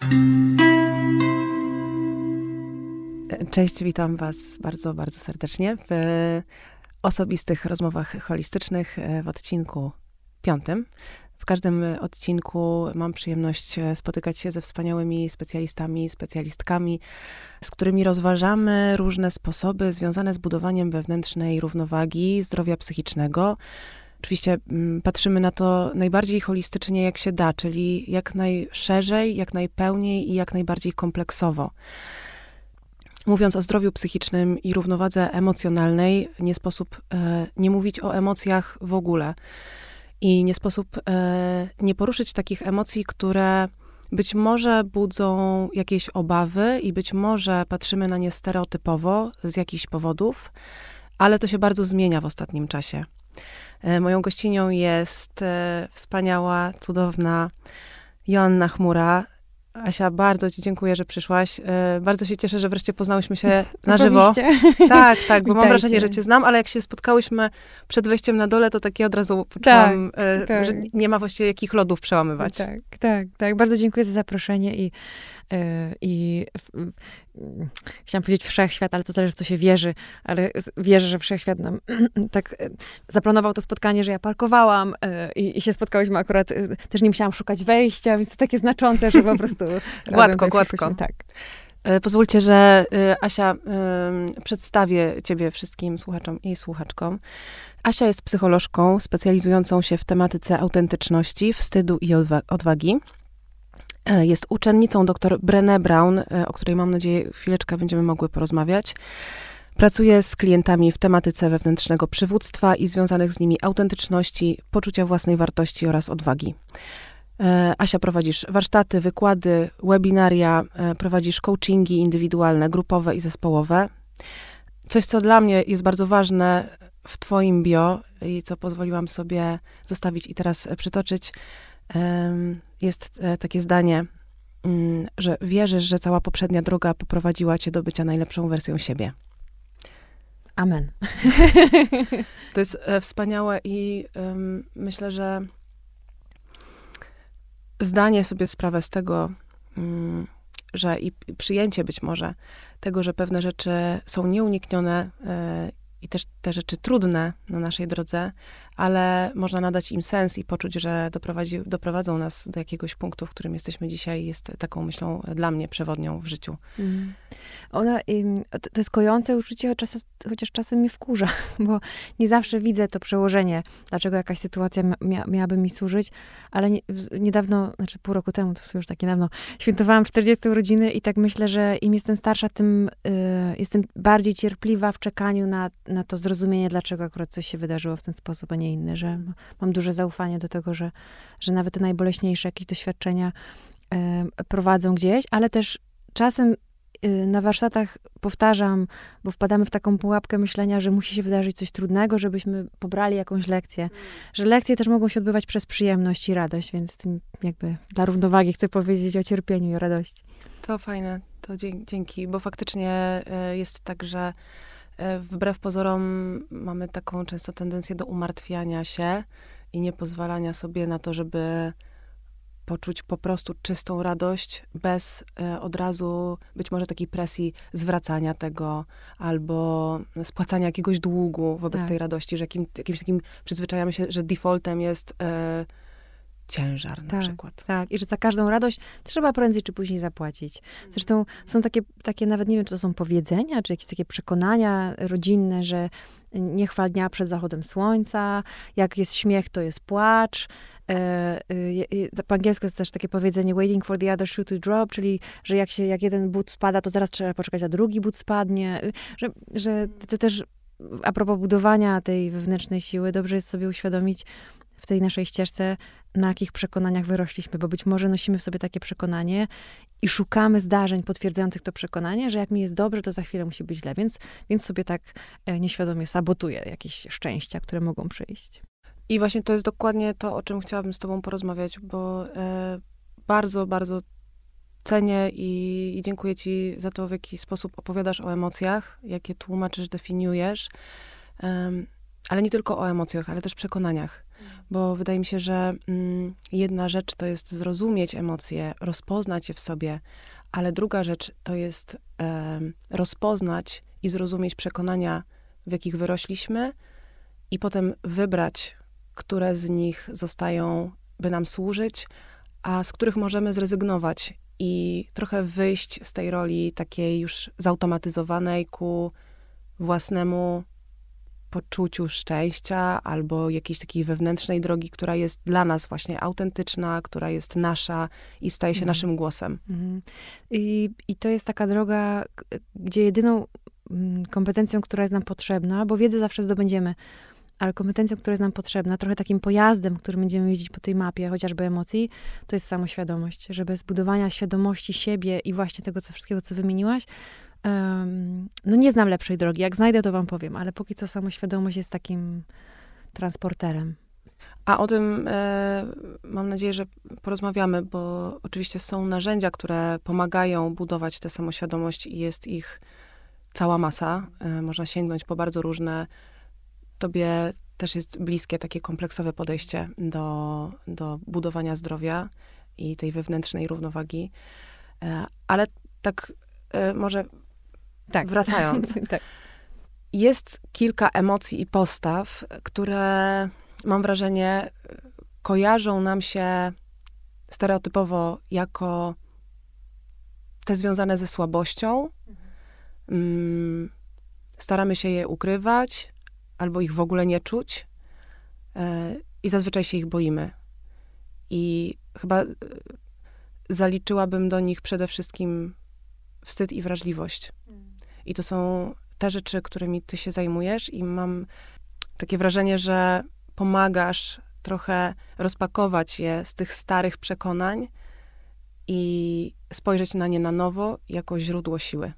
Cześć, witam Was bardzo, bardzo serdecznie w osobistych rozmowach holistycznych w odcinku 5. W każdym odcinku mam przyjemność spotykać się ze wspaniałymi specjalistami, specjalistkami, z którymi rozważamy różne sposoby związane z budowaniem wewnętrznej równowagi, zdrowia psychicznego. Oczywiście patrzymy na to najbardziej holistycznie, jak się da, czyli jak najszerzej, jak najpełniej i jak najbardziej kompleksowo. Mówiąc o zdrowiu psychicznym i równowadze emocjonalnej, nie sposób nie mówić o emocjach w ogóle. I nie sposób nie poruszyć takich emocji, które być może budzą jakieś obawy i być może patrzymy na nie stereotypowo z jakichś powodów, ale to się bardzo zmienia w ostatnim czasie. Moją gościnią jest wspaniała, cudowna Joanna Chmura. Asia, bardzo Ci dziękuję, że przyszłaś. Bardzo się cieszę, że wreszcie poznałyśmy się na żywo. Tak, tak, bo mam wrażenie, że Cię znam, ale jak się spotkałyśmy przed wejściem na dole, to takie od razu poczułam, że nie ma właściwie jakich lodów przełamywać. Tak. Bardzo dziękuję za zaproszenie chciałam powiedzieć wszechświat, ale to zależy, w co się wierzy, ale wierzę, że wszechświat nam tak zaplanował to spotkanie, że ja parkowałam i się spotkałyśmy akurat, też nie musiałam szukać wejścia, więc to takie znaczące, że po prostu Gładko. Tak. Pozwólcie, że Asia, przedstawię Ciebie wszystkim słuchaczom i słuchaczkom. Asia jest psycholożką specjalizującą się w tematyce autentyczności, wstydu i odwagi. Jest uczennicą dr Brené Brown, o której mam nadzieję chwileczkę będziemy mogły porozmawiać. Pracuje z klientami w tematyce wewnętrznego przywództwa i związanych z nimi autentyczności, poczucia własnej wartości oraz odwagi. Asia, prowadzisz warsztaty, wykłady, webinaria, prowadzisz coachingi indywidualne, grupowe i zespołowe. Coś, co dla mnie jest bardzo ważne w Twoim bio i co pozwoliłam sobie zostawić i teraz przytoczyć, jest takie zdanie, że wierzysz, że cała poprzednia droga poprowadziła Cię do bycia najlepszą wersją siebie. Amen. To jest wspaniałe i myślę, że zdanie sobie sprawę z tego, że i przyjęcie być może tego, że pewne rzeczy są nieuniknione i też te rzeczy trudne na naszej drodze, ale można nadać im sens i poczuć, że doprowadzą nas do jakiegoś punktu, w którym jesteśmy dzisiaj, jest taką myślą dla mnie przewodnią w życiu. To jest kojące uczucie, chociaż czasem mnie wkurza, bo nie zawsze widzę to przełożenie, dlaczego jakaś sytuacja miałaby mi służyć, ale niedawno, znaczy pół roku temu, to już tak niedawno, świętowałam 40 urodziny i tak myślę, że im jestem starsza, tym jestem bardziej cierpliwa w czekaniu na to zrozumienie, dlaczego akurat coś się wydarzyło w ten sposób, a nie inny, że mam duże zaufanie do tego, że nawet te najboleśniejsze jakieś doświadczenia prowadzą gdzieś, ale też czasem na warsztatach powtarzam, bo wpadamy w taką pułapkę myślenia, że musi się wydarzyć coś trudnego, żebyśmy pobrali jakąś lekcję. Że lekcje też mogą się odbywać przez przyjemność i radość, więc tym jakby dla równowagi chcę powiedzieć o cierpieniu i o radości. To fajne, to dzięki, bo faktycznie jest tak, że wbrew pozorom mamy taką często tendencję do umartwiania się i nie pozwalania sobie na to, żeby poczuć po prostu czystą radość, bez od razu być może takiej presji zwracania tego, albo spłacania jakiegoś długu wobec tej radości, że jakimś takim przyzwyczajamy się, że defaultem jest ciężar na przykład. Tak, i że za każdą radość trzeba prędzej czy później zapłacić. Zresztą są takie nawet, nie wiem, czy to są powiedzenia, czy jakieś takie przekonania rodzinne, że nie chwal dnia przed zachodem słońca, jak jest śmiech, to jest płacz. Po angielsku jest też takie powiedzenie waiting for the other shoe to drop, czyli, że jak jeden but spada, to zaraz trzeba poczekać, a drugi but spadnie. Że to też a propos budowania tej wewnętrznej siły, dobrze jest sobie uświadomić w tej naszej ścieżce, na jakich przekonaniach wyrośliśmy, bo być może nosimy w sobie takie przekonanie i szukamy zdarzeń potwierdzających to przekonanie, że jak mi jest dobrze, to za chwilę musi być źle, więc sobie tak nieświadomie sabotuję jakieś szczęścia, które mogą przyjść. I właśnie to jest dokładnie to, o czym chciałabym z tobą porozmawiać, bo bardzo, bardzo cenię i dziękuję ci za to, w jaki sposób opowiadasz o emocjach, jakie tłumaczysz, definiujesz, ale nie tylko o emocjach, ale też przekonaniach. bo wydaje mi się, że jedna rzecz to jest zrozumieć emocje, rozpoznać je w sobie, ale druga rzecz to jest rozpoznać i zrozumieć przekonania, w jakich wyrośliśmy i potem wybrać, które z nich zostają, by nam służyć, a z których możemy zrezygnować i trochę wyjść z tej roli takiej już zautomatyzowanej ku własnemu poczuciu szczęścia albo jakiejś takiej wewnętrznej drogi, która jest dla nas właśnie autentyczna, która jest nasza i staje się naszym głosem. I to jest taka droga, gdzie jedyną kompetencją, która jest nam potrzebna, bo wiedzę zawsze zdobędziemy, ale kompetencją, która jest nam potrzebna, trochę takim pojazdem, którym będziemy jeździć po tej mapie, chociażby emocji, to jest samoświadomość. Że bez budowania świadomości siebie i właśnie tego wszystkiego, co wymieniłaś, no nie znam lepszej drogi. Jak znajdę, to wam powiem, ale póki co samoświadomość jest takim transporterem. A o tym mam nadzieję, że porozmawiamy, bo oczywiście są narzędzia, które pomagają budować tę samoświadomość i jest ich cała masa. Można sięgnąć po bardzo różne. Tobie też jest bliskie takie kompleksowe podejście do budowania zdrowia i tej wewnętrznej równowagi. Ale tak może wracając. Tak. Jest kilka emocji i postaw, które mam wrażenie kojarzą nam się stereotypowo jako te związane ze słabością. Staramy się je ukrywać albo ich w ogóle nie czuć i zazwyczaj się ich boimy. I chyba zaliczyłabym do nich przede wszystkim wstyd i wrażliwość. I to są te rzeczy, którymi ty się zajmujesz i mam takie wrażenie, że pomagasz trochę rozpakować je z tych starych przekonań i spojrzeć na nie na nowo jako źródło siły.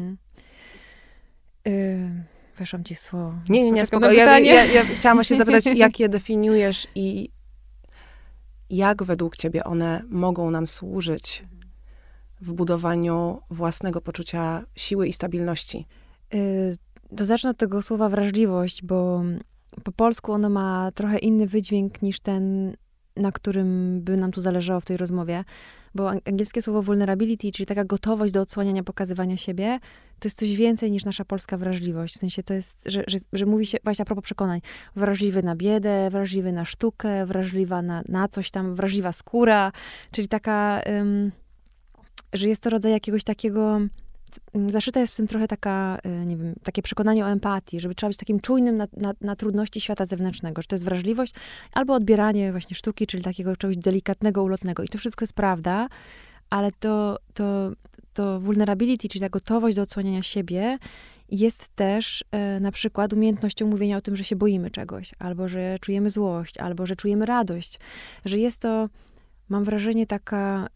Weszłam ci w słowo. Nie, spokojnie. Ja chciałam właśnie zapytać, jak je definiujesz i jak według ciebie one mogą nam służyć w budowaniu własnego poczucia siły i stabilności? To zacznę od tego słowa wrażliwość, bo po polsku ono ma trochę inny wydźwięk niż ten, na którym by nam tu zależało w tej rozmowie. Bo angielskie słowo vulnerability, czyli taka gotowość do odsłaniania, pokazywania siebie, to jest coś więcej niż nasza polska wrażliwość. W sensie to jest, że mówi się, właśnie a propos przekonań, wrażliwy na biedę, wrażliwy na sztukę, wrażliwa na coś tam, wrażliwa skóra, czyli taka, że jest to rodzaj jakiegoś takiego, zaszyta jest w tym trochę taka, nie wiem, takie przekonanie o empatii, żeby trzeba być takim czujnym na trudności świata zewnętrznego, że to jest wrażliwość albo odbieranie właśnie sztuki, czyli takiego czegoś delikatnego, ulotnego. I to wszystko jest prawda, ale to vulnerability, czyli ta gotowość do odsłaniania siebie jest też na przykład umiejętnością mówienia o tym, że się boimy czegoś, albo że czujemy złość, albo że czujemy radość. Że jest to, mam wrażenie, taka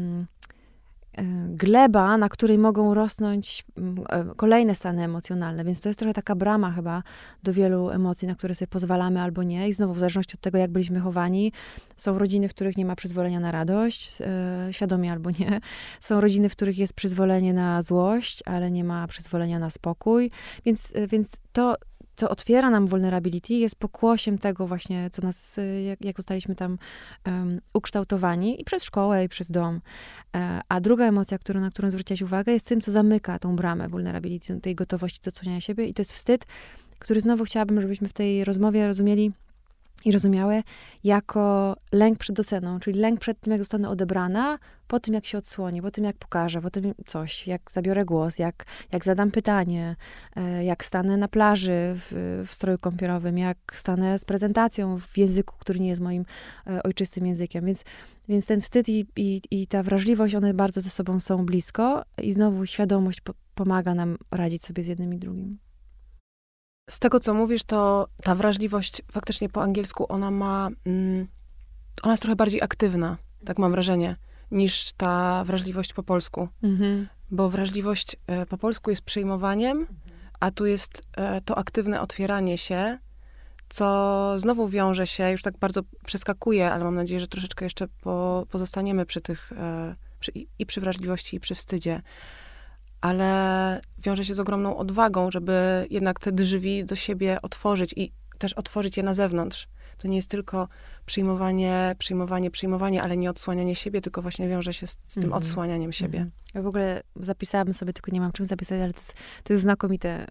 gleba, na której mogą rosnąć kolejne stany emocjonalne, więc to jest trochę taka brama chyba do wielu emocji, na które sobie pozwalamy albo nie. I znowu w zależności od tego, jak byliśmy chowani, są rodziny, w których nie ma przyzwolenia na radość, świadomie albo nie. Są rodziny, w których jest przyzwolenie na złość, ale nie ma przyzwolenia na spokój. Więc to, co otwiera nam vulnerability, jest pokłosiem tego właśnie, co nas, jak zostaliśmy tam ukształtowani i przez szkołę, i przez dom. A druga emocja, na którą zwróciłaś uwagę, jest tym, co zamyka tą bramę vulnerability, tej gotowości do odsłaniania siebie i to jest wstyd, który znowu chciałabym, żebyśmy w tej rozmowie rozumieli i rozumiały jako lęk przed oceną, czyli lęk przed tym, jak zostanę odebrana, po tym, jak się odsłonię, po tym, jak pokażę, po tym coś, jak zabiorę głos, jak zadam pytanie, jak stanę na plaży w stroju kąpielowym, jak stanę z prezentacją w języku, który nie jest moim ojczystym językiem. Więc ten wstyd i ta wrażliwość, one bardzo ze sobą są blisko i znowu świadomość pomaga nam radzić sobie z jednym i drugim. Z tego, co mówisz, to ta wrażliwość faktycznie po angielsku, ona jest trochę bardziej aktywna, tak mam wrażenie, niż ta wrażliwość po polsku. Bo wrażliwość po polsku jest przyjmowaniem, a tu jest to aktywne otwieranie się, co znowu wiąże się, już tak bardzo przeskakuje, ale mam nadzieję, że troszeczkę jeszcze pozostaniemy przy tych, i przy wrażliwości, i przy wstydzie. Ale wiąże się z ogromną odwagą, żeby jednak te drzwi do siebie otworzyć i też otworzyć je na zewnątrz. to nie jest tylko przyjmowanie, ale nie odsłanianie siebie, tylko właśnie wiąże się z tym odsłanianiem siebie. Ja w ogóle zapisałabym sobie, tylko nie mam czym zapisać, ale to jest znakomite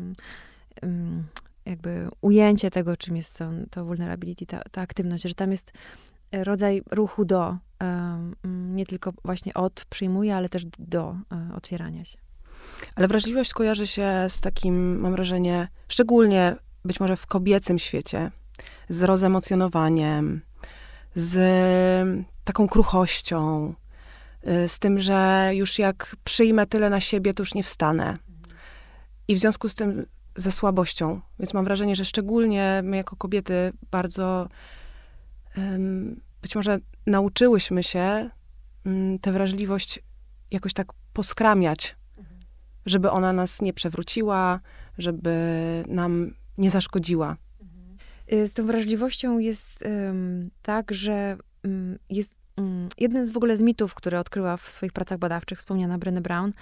jakby ujęcie tego, czym jest to vulnerability, ta aktywność, że tam jest rodzaj ruchu do, nie tylko właśnie od przyjmuje, ale też do otwierania się. Ale wrażliwość kojarzy się z takim, mam wrażenie, szczególnie być może w kobiecym świecie, z rozemocjonowaniem, z taką kruchością, z tym, że już jak przyjmę tyle na siebie, to już nie wstanę. I w związku z tym ze słabością. Więc mam wrażenie, że szczególnie my jako kobiety bardzo być może nauczyłyśmy się tę wrażliwość jakoś tak poskramiać, żeby ona nas nie przewróciła, żeby nam nie zaszkodziła. Z tą wrażliwością jest tak, że jest jeden z w ogóle z mitów, które odkryła w swoich pracach badawczych wspomniana Brené Brown,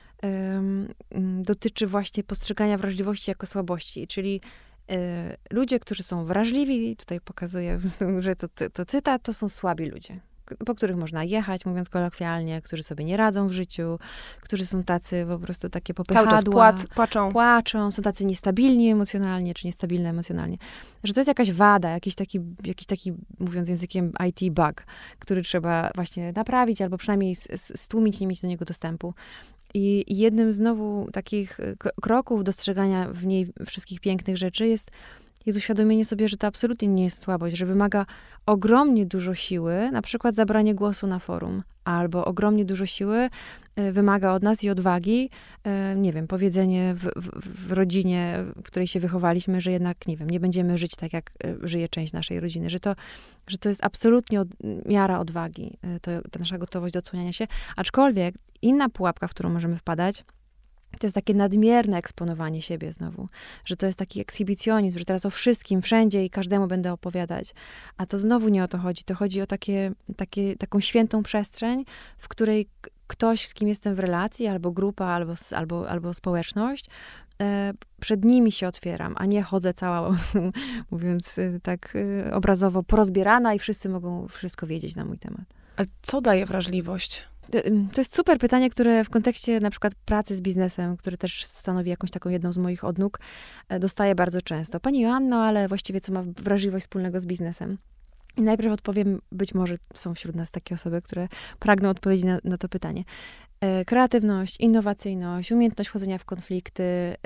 dotyczy właśnie postrzegania wrażliwości jako słabości, czyli ludzie, którzy są wrażliwi, tutaj pokazuję, że to cytat, to są słabi ludzie, po których można jechać, mówiąc kolokwialnie, którzy sobie nie radzą w życiu, którzy są tacy po prostu takie popychadła. Cały czas płaczą, są tacy niestabilni emocjonalnie, czy niestabilne emocjonalnie. Że to jest jakaś wada, jakiś taki, mówiąc językiem IT bug, który trzeba właśnie naprawić, albo przynajmniej stłumić, nie mieć do niego dostępu. I jednym znowu takich kroków dostrzegania w niej wszystkich pięknych rzeczy jest uświadomienie sobie, że to absolutnie nie jest słabość, że wymaga ogromnie dużo siły, na przykład zabranie głosu na forum, albo ogromnie dużo siły wymaga od nas i odwagi, nie wiem, powiedzenie w rodzinie, w której się wychowaliśmy, że jednak, nie wiem, nie będziemy żyć tak, jak żyje część naszej rodziny, że to jest absolutnie miara odwagi, ta nasza gotowość do odsłaniania się, aczkolwiek inna pułapka, w którą możemy wpadać, to jest takie nadmierne eksponowanie siebie znowu, że to jest taki ekshibicjonizm, że teraz o wszystkim, wszędzie i każdemu będę opowiadać. A to znowu nie o to chodzi. To chodzi o taką świętą przestrzeń, w której ktoś, z kim jestem w relacji, albo grupa, albo społeczność, przed nimi się otwieram, a nie chodzę cała, mówiąc tak obrazowo, porozbierana i wszyscy mogą wszystko wiedzieć na mój temat. A co daje wrażliwość? To jest super pytanie, które w kontekście na przykład pracy z biznesem, który też stanowi jakąś taką jedną z moich odnóg, dostaję bardzo często. Pani Joanno, ale właściwie co ma wrażliwość wspólnego z biznesem? I najpierw odpowiem, być może są wśród nas takie osoby, które pragną odpowiedzi na to pytanie. Kreatywność, innowacyjność, umiejętność wchodzenia w konflikty,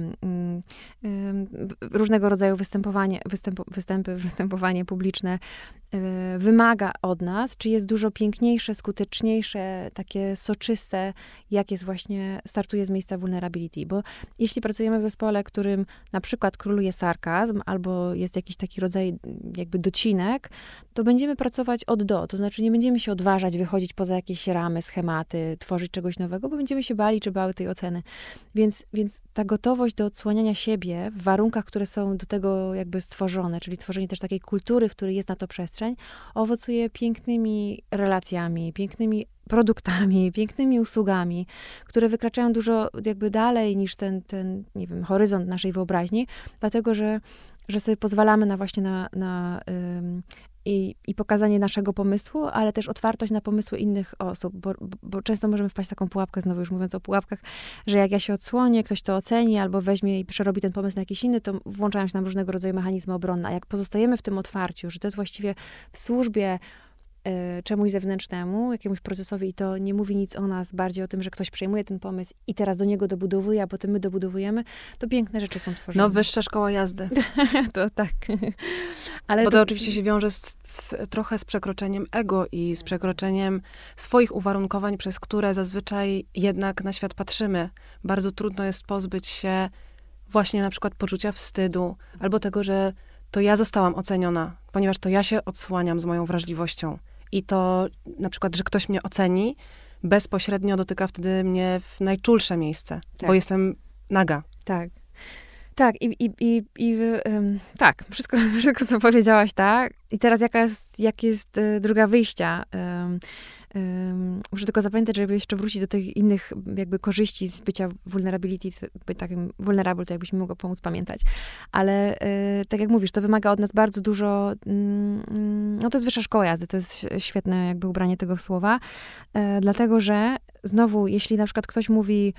różnego rodzaju występowanie publiczne wymaga od nas, czy jest dużo piękniejsze, skuteczniejsze, takie soczyste, jak jest właśnie, startuje z miejsca vulnerability. Bo jeśli pracujemy w zespole, którym na przykład króluje sarkazm, albo jest jakiś taki rodzaj jakby docinek, to będziemy pracować od do. To znaczy nie będziemy się odważać wychodzić poza jakieś ramy, schematy, tworzyć czegoś nowego, bo będziemy się bali, czy bały tej oceny. Więc ta gotowość do odsłaniania siebie w warunkach, które są do tego jakby stworzone, czyli tworzenie też takiej kultury, w której jest na to przestrzeń, owocuje pięknymi relacjami, pięknymi produktami, pięknymi usługami, które wykraczają dużo jakby dalej niż ten nie wiem, horyzont naszej wyobraźni, dlatego, że sobie pozwalamy na właśnie i pokazanie naszego pomysłu, ale też otwartość na pomysły innych osób, bo często możemy wpaść w taką pułapkę, znowu już mówiąc o pułapkach, że jak ja się odsłonię, ktoś to oceni, albo weźmie i przerobi ten pomysł na jakiś inny, to włączają się nam różnego rodzaju mechanizmy obronne, a jak pozostajemy w tym otwarciu, że to jest właściwie w służbie czemuś zewnętrznemu, jakiemuś procesowi i to nie mówi nic o nas, bardziej o tym, że ktoś przejmuje ten pomysł i teraz do niego dobudowuje, a potem my dobudowujemy, to piękne rzeczy są tworzone. No, wyższa szkoła jazdy. To tak. Ale bo to oczywiście się wiąże trochę z przekroczeniem ego i z przekroczeniem swoich uwarunkowań, przez które zazwyczaj jednak na świat patrzymy. Bardzo trudno jest pozbyć się właśnie na przykład poczucia wstydu, albo tego, że to ja zostałam oceniona, ponieważ to ja się odsłaniam z moją wrażliwością. I to na przykład, że ktoś mnie oceni, bezpośrednio dotyka wtedy mnie w najczulsze miejsce, bo jestem naga. Tak. Tak, tak, wszystko, co powiedziałaś, tak. I teraz jaka jest droga wyjścia? muszę tylko zapamiętać, żeby jeszcze wrócić do tych innych jakby korzyści z bycia vulnerability, być takim vulnerable, to jakbyś mi mogła pomóc pamiętać. Ale tak jak mówisz, to wymaga od nas bardzo dużo, no to jest wyższa szkoła jazdy, to jest świetne jakby ubranie tego słowa, dlatego, że znowu, jeśli na przykład ktoś mówi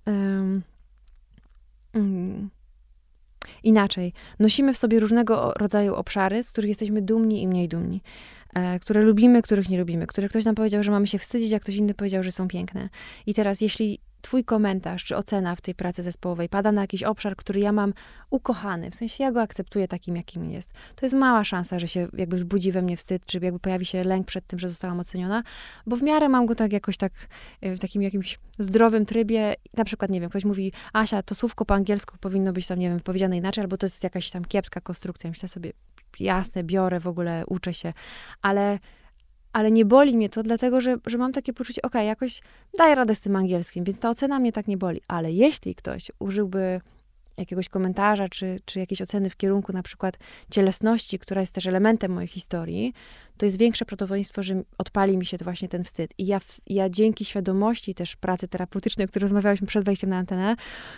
inaczej, nosimy w sobie różnego rodzaju obszary, z których jesteśmy dumni i mniej dumni, które lubimy, których nie lubimy, które ktoś nam powiedział, że mamy się wstydzić, a ktoś inny powiedział, że są piękne. I teraz, jeśli twój komentarz czy ocena w tej pracy zespołowej pada na jakiś obszar, który ja mam ukochany, w sensie ja go akceptuję takim, jakim jest, to jest mała szansa, że się jakby wzbudzi we mnie wstyd, czy jakby pojawi się lęk przed tym, że zostałam oceniona, bo w miarę mam go tak jakoś tak w takim jakimś zdrowym trybie. Na przykład, nie wiem, ktoś mówi, Asia, to słówko po angielsku powinno być tam, nie wiem, wypowiedziane inaczej, albo to jest jakaś tam kiepska konstrukcja. Myślę sobie, jasne, biorę, w ogóle uczę się, ale nie boli mnie to, dlatego, że mam takie poczucie, okej, jakoś daję radę z tym angielskim, więc ta ocena mnie tak nie boli. Ale jeśli ktoś użyłby jakiegoś komentarza, czy jakiejś oceny w kierunku na przykład cielesności, która jest też elementem mojej historii, to jest większe prawdopodobieństwo, że odpali mi się to właśnie ten wstyd. I ja dzięki świadomości też pracy terapeutycznej, o której rozmawiałyśmy przed wejściem na antenę,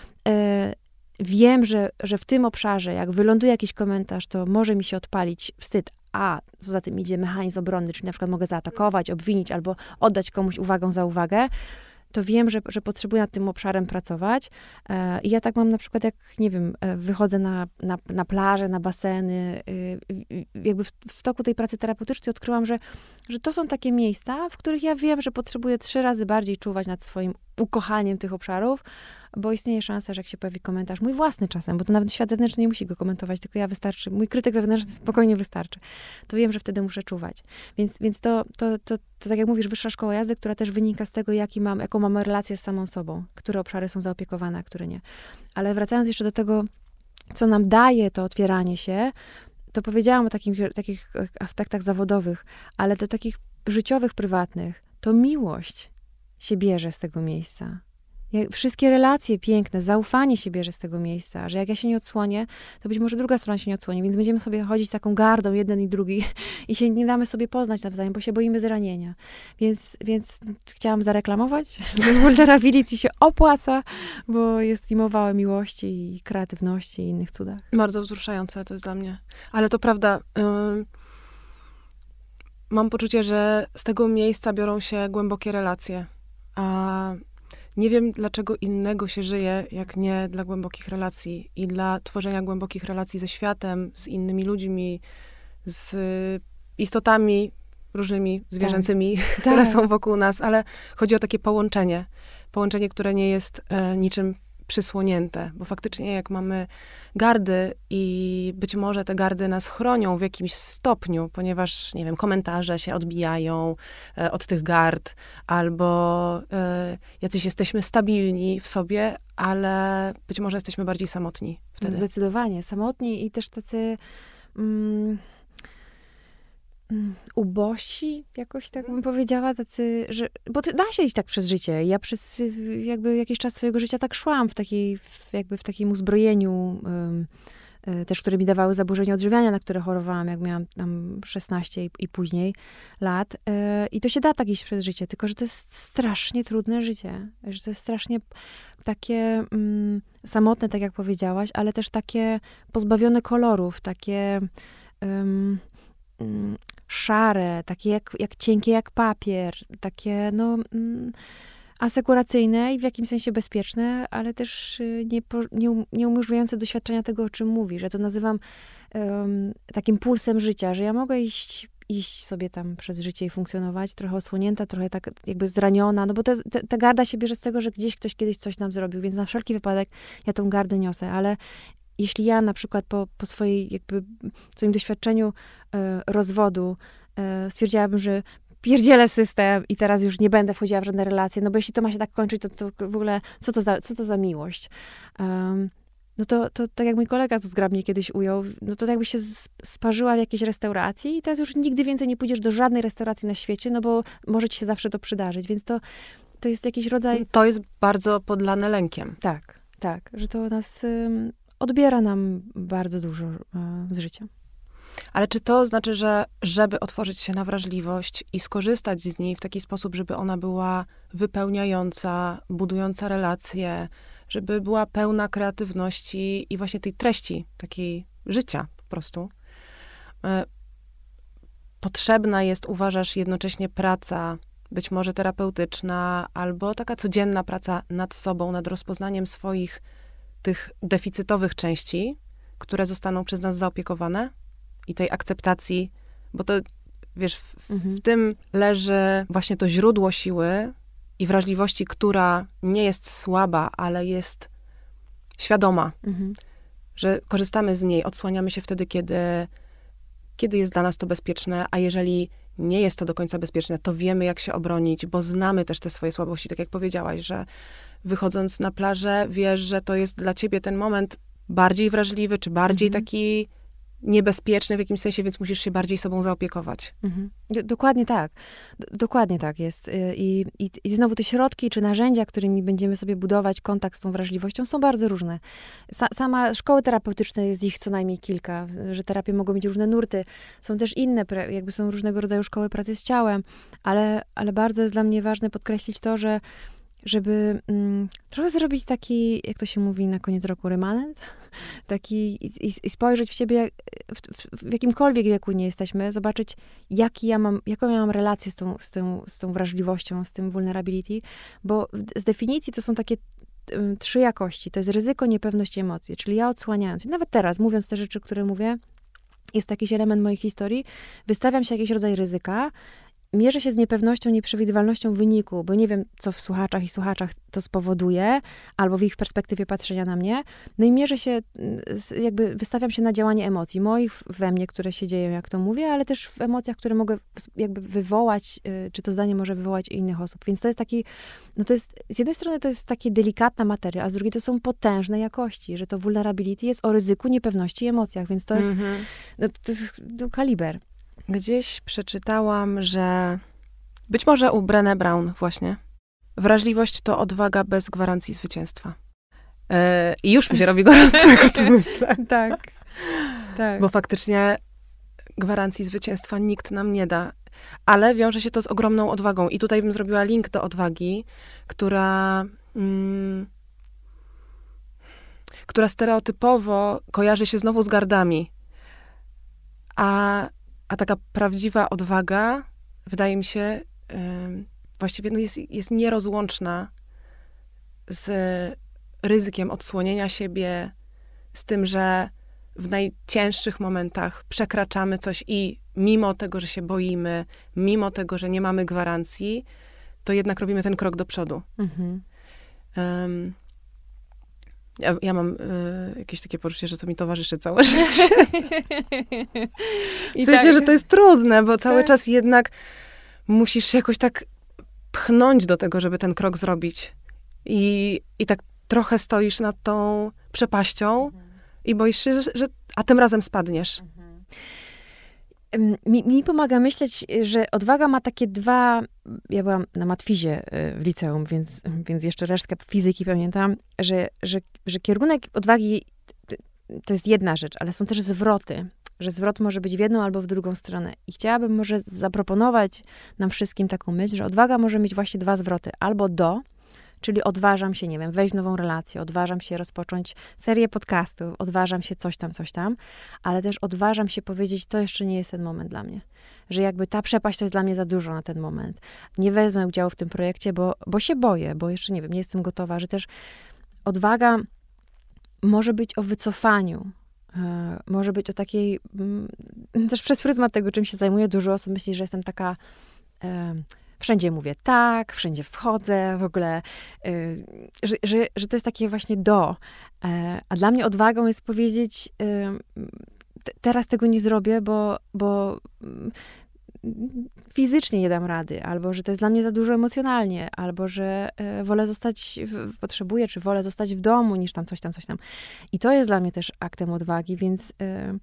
wiem, że w tym obszarze, jak wyląduje jakiś komentarz, to może mi się odpalić wstyd, a co za tym idzie mechanizm obronny, czyli na przykład mogę zaatakować, obwinić albo oddać komuś uwagę za uwagę, to wiem, że potrzebuję nad tym obszarem pracować. I ja tak mam na przykład, jak, nie wiem, wychodzę na plażę, na baseny, jakby w toku tej pracy terapeutycznej odkryłam, że to są takie miejsca, w których ja wiem, że potrzebuję 3 razy bardziej czuwać nad swoim ukochaniem tych obszarów, bo istnieje szansa, że jak się pojawi komentarz, mój własny czasem, bo to nawet świat zewnętrzny nie musi go komentować, tylko ja wystarczy, mój krytyk wewnętrzny spokojnie wystarczy. To wiem, że wtedy muszę czuwać. Więc to tak jak mówisz, wyższa szkoła jazdy, która też wynika z tego, jaką mamy relację z samą sobą, które obszary są zaopiekowane, a które nie. Ale wracając jeszcze do tego, co nam daje to otwieranie się, to powiedziałam o takich aspektach zawodowych, ale do takich życiowych, prywatnych, to miłość się bierze z tego miejsca. Wszystkie relacje piękne, zaufanie się bierze z tego miejsca, że jak ja się nie odsłonię, to być może druga strona się nie odsłoni, więc będziemy sobie chodzić taką gardą, jeden i drugi i się nie damy sobie poznać nawzajem, bo się boimy zranienia. Więc chciałam zareklamować, że vulnerability się opłaca, bo jest i mowa o miłości i kreatywności i innych cudach. Bardzo wzruszające to jest dla mnie. Ale to prawda, mam poczucie, że z tego miejsca biorą się głębokie relacje. A nie wiem, dlaczego innego się żyje, jak nie dla głębokich relacji i dla tworzenia głębokich relacji ze światem, z innymi ludźmi, z istotami różnymi, zwierzęcymi, które są wokół nas, ale chodzi o takie połączenie, które nie jest niczym przysłonięte, bo faktycznie jak mamy gardy i być może te gardy nas chronią w jakimś stopniu, ponieważ, nie wiem, komentarze się odbijają od tych gard, albo jacyś jesteśmy stabilni w sobie, ale być może jesteśmy bardziej samotni wtedy. Zdecydowanie, samotni i też tacy ubosi, jakoś tak bym powiedziała, tacy, że, bo da się iść tak przez życie. Ja przez jakby jakiś czas swojego życia tak szłam w takim uzbrojeniu, też, które mi dawały zaburzenia odżywiania, na które chorowałam, jak miałam tam 16 i później lat. I to się da tak iść przez życie, tylko że to jest strasznie trudne życie. Że to jest strasznie takie samotne, tak jak powiedziałaś, ale też takie pozbawione kolorów, takie szare, takie jak cienkie jak papier, takie asekuracyjne i w jakimś sensie bezpieczne, ale też nieumożliwiające doświadczenia tego, o czym mówi, że to nazywam takim pulsem życia, że ja mogę iść sobie tam przez życie i funkcjonować, trochę osłonięta, trochę tak jakby zraniona, no bo ta garda się bierze z tego, że gdzieś ktoś kiedyś coś nam zrobił, więc na wszelki wypadek ja tą gardę niosę, ale jeśli ja na przykład po swoim doświadczeniu rozwodu stwierdziłabym, że pierdzielę system i teraz już nie będę wchodziła w żadne relacje, no bo jeśli to ma się tak kończyć, to w ogóle co to za miłość? No to tak jak mój kolega to zgrabnie kiedyś ujął, no to jakby się sparzyła w jakiejś restauracji i teraz już nigdy więcej nie pójdziesz do żadnej restauracji na świecie, no bo może ci się zawsze to przydarzyć, więc to jest jakiś rodzaj... To jest bardzo podlane lękiem. Tak, że to nas odbiera nam bardzo dużo z życia. Ale czy to znaczy, że żeby otworzyć się na wrażliwość i skorzystać z niej w taki sposób, żeby ona była wypełniająca, budująca relacje, żeby była pełna kreatywności i właśnie tej treści, takiej życia po prostu, potrzebna jest, uważasz, jednocześnie praca, być może terapeutyczna, albo taka codzienna praca nad sobą, nad rozpoznaniem swoich tych deficytowych części, które zostaną przez nas zaopiekowane i tej akceptacji, bo to, wiesz, w tym leży właśnie to źródło siły i wrażliwości, która nie jest słaba, ale jest świadoma, że korzystamy z niej, odsłaniamy się wtedy, kiedy jest dla nas to bezpieczne, a jeżeli nie jest to do końca bezpieczne, to wiemy, jak się obronić, bo znamy też te swoje słabości, tak jak powiedziałaś, że wychodząc na plażę, wiesz, że to jest dla ciebie ten moment bardziej wrażliwy, czy bardziej taki niebezpieczny w jakimś sensie, więc musisz się bardziej sobą zaopiekować. Dokładnie tak. Dokładnie tak jest. I znowu te środki czy narzędzia, którymi będziemy sobie budować kontakt z tą wrażliwością, są bardzo różne. Sama szkoły terapeutyczne, jest ich co najmniej kilka, że terapie mogą mieć różne nurty. Są też inne, jakby są różnego rodzaju szkoły pracy z ciałem, ale bardzo jest dla mnie ważne podkreślić to, żeby trochę zrobić taki, jak to się mówi na koniec roku, remanent, taki i spojrzeć w siebie, w jakimkolwiek wieku nie jesteśmy, zobaczyć, jaką ja mam relację z tą wrażliwością, z tym vulnerability, bo z definicji to są takie 3 jakości. To jest ryzyko, niepewność i emocje, czyli ja odsłaniając, i nawet teraz, mówiąc te rzeczy, które mówię, jest to jakiś element mojej historii, wystawiam się jakiś rodzaj ryzyka, mierzę się z niepewnością, nieprzewidywalnością wyniku, bo nie wiem, co w słuchaczach i słuchaczach to spowoduje, albo w ich perspektywie patrzenia na mnie. No i mierzę się, jakby wystawiam się na działanie emocji moich we mnie, które się dzieją, jak to mówię, ale też w emocjach, które mogę jakby wywołać, czy to zdanie może wywołać innych osób. Więc to jest taki, no to jest, z jednej strony to jest taka delikatna materia, a z drugiej to są potężne jakości, że to vulnerability jest o ryzyku, niepewności i emocjach, więc to jest, no, to jest kaliber. Gdzieś przeczytałam, że być może u Brené Brown właśnie, wrażliwość to odwaga bez gwarancji zwycięstwa. I już mi się robi gorąco, jak o tym myślę. Tak. Bo faktycznie gwarancji zwycięstwa nikt nam nie da. Ale wiąże się to z ogromną odwagą. I tutaj bym zrobiła link do odwagi, która stereotypowo kojarzy się znowu z gardami. A taka prawdziwa odwaga, wydaje mi się, właściwie jest nierozłączna z ryzykiem odsłonienia siebie, z tym, że w najcięższych momentach przekraczamy coś i mimo tego, że się boimy, mimo tego, że nie mamy gwarancji, to jednak robimy ten krok do przodu. Ja mam jakieś takie poczucie, że to mi towarzyszy całe życie. W sensie, że to jest trudne, bo cały czas jednak musisz się jakoś tak pchnąć do tego, żeby ten krok zrobić. I tak trochę stoisz nad tą przepaścią i boisz się, że a tym razem spadniesz. Mi pomaga myśleć, że odwaga ma takie dwa... Ja byłam na matfizie w liceum, więc jeszcze resztkę fizyki pamiętam, że kierunek odwagi to jest jedna rzecz, ale są też zwroty. Że zwrot może być w jedną albo w drugą stronę. I chciałabym może zaproponować nam wszystkim taką myśl, że odwaga może mieć właśnie 2 zwroty. Albo czyli odważam się, nie wiem, wejść w nową relację, odważam się rozpocząć serię podcastów, odważam się coś tam, ale też odważam się powiedzieć, to jeszcze nie jest ten moment dla mnie. Że jakby ta przepaść to jest dla mnie za dużo na ten moment. Nie wezmę udziału w tym projekcie, bo się boję, bo jeszcze nie wiem, nie jestem gotowa, że też odwaga może być o wycofaniu, może być o takiej, też przez pryzmat tego, czym się zajmuję, dużo osób myśli, że jestem taka... Wszędzie mówię tak, wszędzie wchodzę, w ogóle, że to jest takie właśnie a dla mnie odwagą jest powiedzieć, teraz tego nie zrobię, bo fizycznie nie dam rady, albo że to jest dla mnie za dużo emocjonalnie, albo że potrzebuję, czy wolę zostać w domu, niż tam coś tam. I to jest dla mnie też aktem odwagi, więc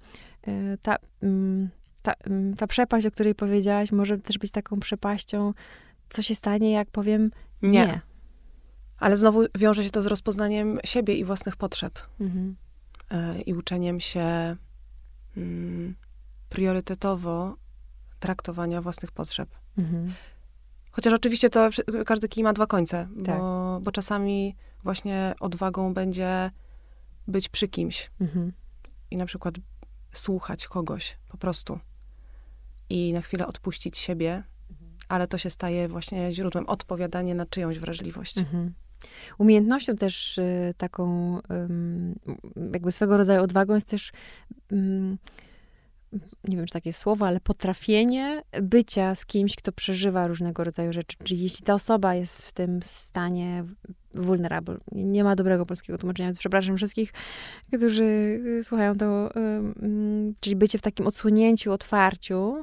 ta przepaść, o której powiedziałaś, może też być taką przepaścią, co się stanie, jak powiem nie. Ale znowu wiąże się to z rozpoznaniem siebie i własnych potrzeb. I uczeniem się priorytetowo traktowania własnych potrzeb. Chociaż oczywiście to każdy kij ma dwa końce, Tak. bo czasami właśnie odwagą będzie być przy kimś i na przykład słuchać kogoś po prostu i na chwilę odpuścić siebie, ale to się staje właśnie źródłem odpowiadania na czyjąś wrażliwość. Umiejętnością też taką jakby swego rodzaju odwagą jest też nie wiem, czy takie słowo, ale potrafienie bycia z kimś, kto przeżywa różnego rodzaju rzeczy. Czyli jeśli ta osoba jest w tym stanie vulnerable, nie ma dobrego polskiego tłumaczenia, więc przepraszam wszystkich, którzy słuchają to, czyli bycie w takim odsłonięciu, otwarciu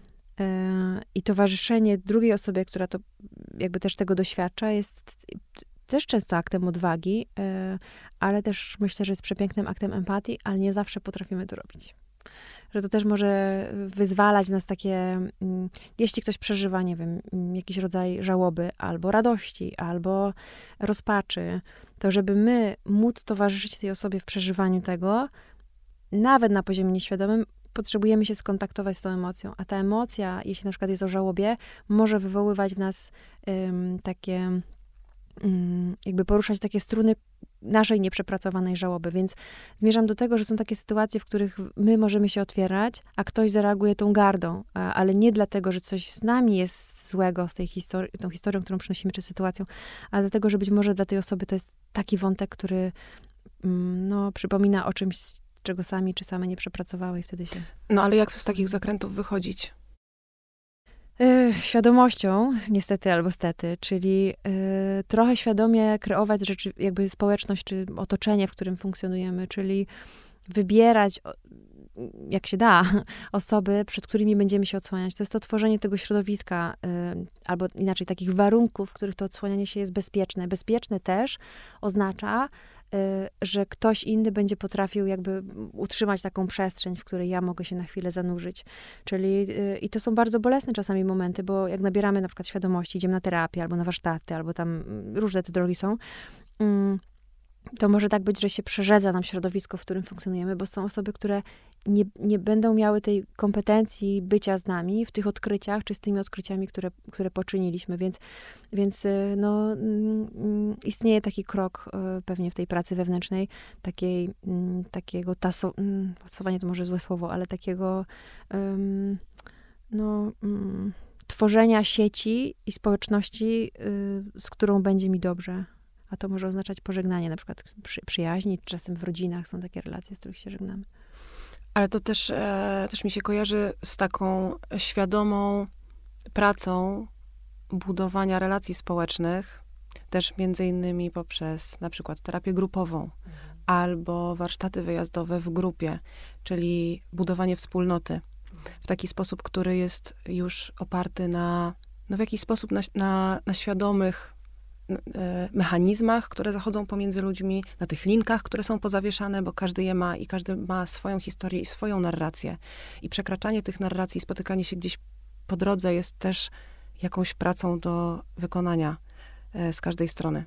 i towarzyszenie drugiej osobie, która to jakby też tego doświadcza, jest też często aktem odwagi, ale też myślę, że jest przepięknym aktem empatii, ale nie zawsze potrafimy to robić. Że to też może wyzwalać w nas takie, jeśli ktoś przeżywa, nie wiem, jakiś rodzaj żałoby, albo radości, albo rozpaczy, to żeby my móc towarzyszyć tej osobie w przeżywaniu tego, nawet na poziomie nieświadomym, potrzebujemy się skontaktować z tą emocją. A ta emocja, jeśli na przykład jest o żałobie, może wywoływać w nas takie, jakby poruszać takie struny naszej nieprzepracowanej żałoby. Więc zmierzam do tego, że są takie sytuacje, w których my możemy się otwierać, a ktoś zareaguje tą gardą, ale nie dlatego, że coś z nami jest złego z tej historii, tą historią, którą przynosimy, czy sytuacją, ale dlatego, że być może dla tej osoby to jest taki wątek, który przypomina o czymś, czego sami czy same nie przepracowały i wtedy się... No ale jak z takich zakrętów wychodzić? Świadomością, niestety albo stety, czyli trochę świadomie kreować rzeczy, jakby społeczność, czy otoczenie, w którym funkcjonujemy, czyli wybierać, jak się da, osoby, przed którymi będziemy się odsłaniać. To jest to tworzenie tego środowiska, albo inaczej takich warunków, w których to odsłanianie się jest bezpieczne. Bezpieczne też oznacza, że ktoś inny będzie potrafił jakby utrzymać taką przestrzeń, w której ja mogę się na chwilę zanurzyć. Czyli, i to są bardzo bolesne czasami momenty, bo jak nabieramy na przykład świadomości, idziemy na terapię, albo na warsztaty, albo tam różne te drogi są, to może tak być, że się przerzedza nam środowisko, w którym funkcjonujemy, bo są osoby, które nie będą miały tej kompetencji bycia z nami w tych odkryciach, czy z tymi odkryciami, które poczyniliśmy. Więc istnieje taki krok pewnie w tej pracy wewnętrznej, takiego tasowanie to może złe słowo, ale takiego tworzenia sieci i społeczności, z którą będzie mi dobrze. A to może oznaczać pożegnanie, na przykład przyjaźni, czasem w rodzinach są takie relacje, z których się żegnamy. Ale to też mi się kojarzy z taką świadomą pracą budowania relacji społecznych, też między innymi poprzez na przykład terapię grupową albo warsztaty wyjazdowe w grupie, czyli budowanie wspólnoty w taki sposób, który jest już oparty w jakiś sposób na świadomych mechanizmach, które zachodzą pomiędzy ludźmi, na tych linkach, które są pozawieszane, bo każdy je ma i każdy ma swoją historię i swoją narrację. I przekraczanie tych narracji, spotykanie się gdzieś po drodze jest też jakąś pracą do wykonania z każdej strony.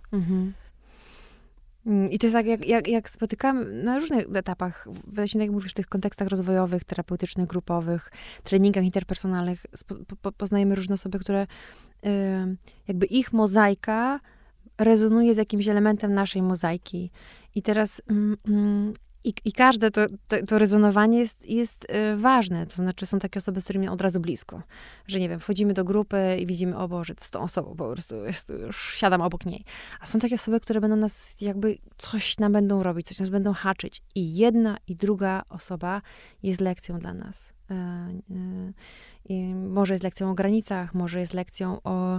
I to jest tak, jak spotykamy na różnych etapach, właśnie tak jak mówisz, w tych kontekstach rozwojowych, terapeutycznych, grupowych, treningach interpersonalnych, poznajemy różne osoby, które jakby ich mozaika rezonuje z jakimś elementem naszej mozaiki. I teraz i każde to rezonowanie jest ważne. To znaczy są takie osoby, z którymi od razu blisko. Że nie wiem, wchodzimy do grupy i widzimy, o Boże, z tą osobą po prostu już siadam obok niej. A są takie osoby, które będą nas jakby coś nam będą robić, coś nas będą haczyć. I jedna i druga osoba jest lekcją dla nas. I może jest lekcją o granicach, może jest lekcją o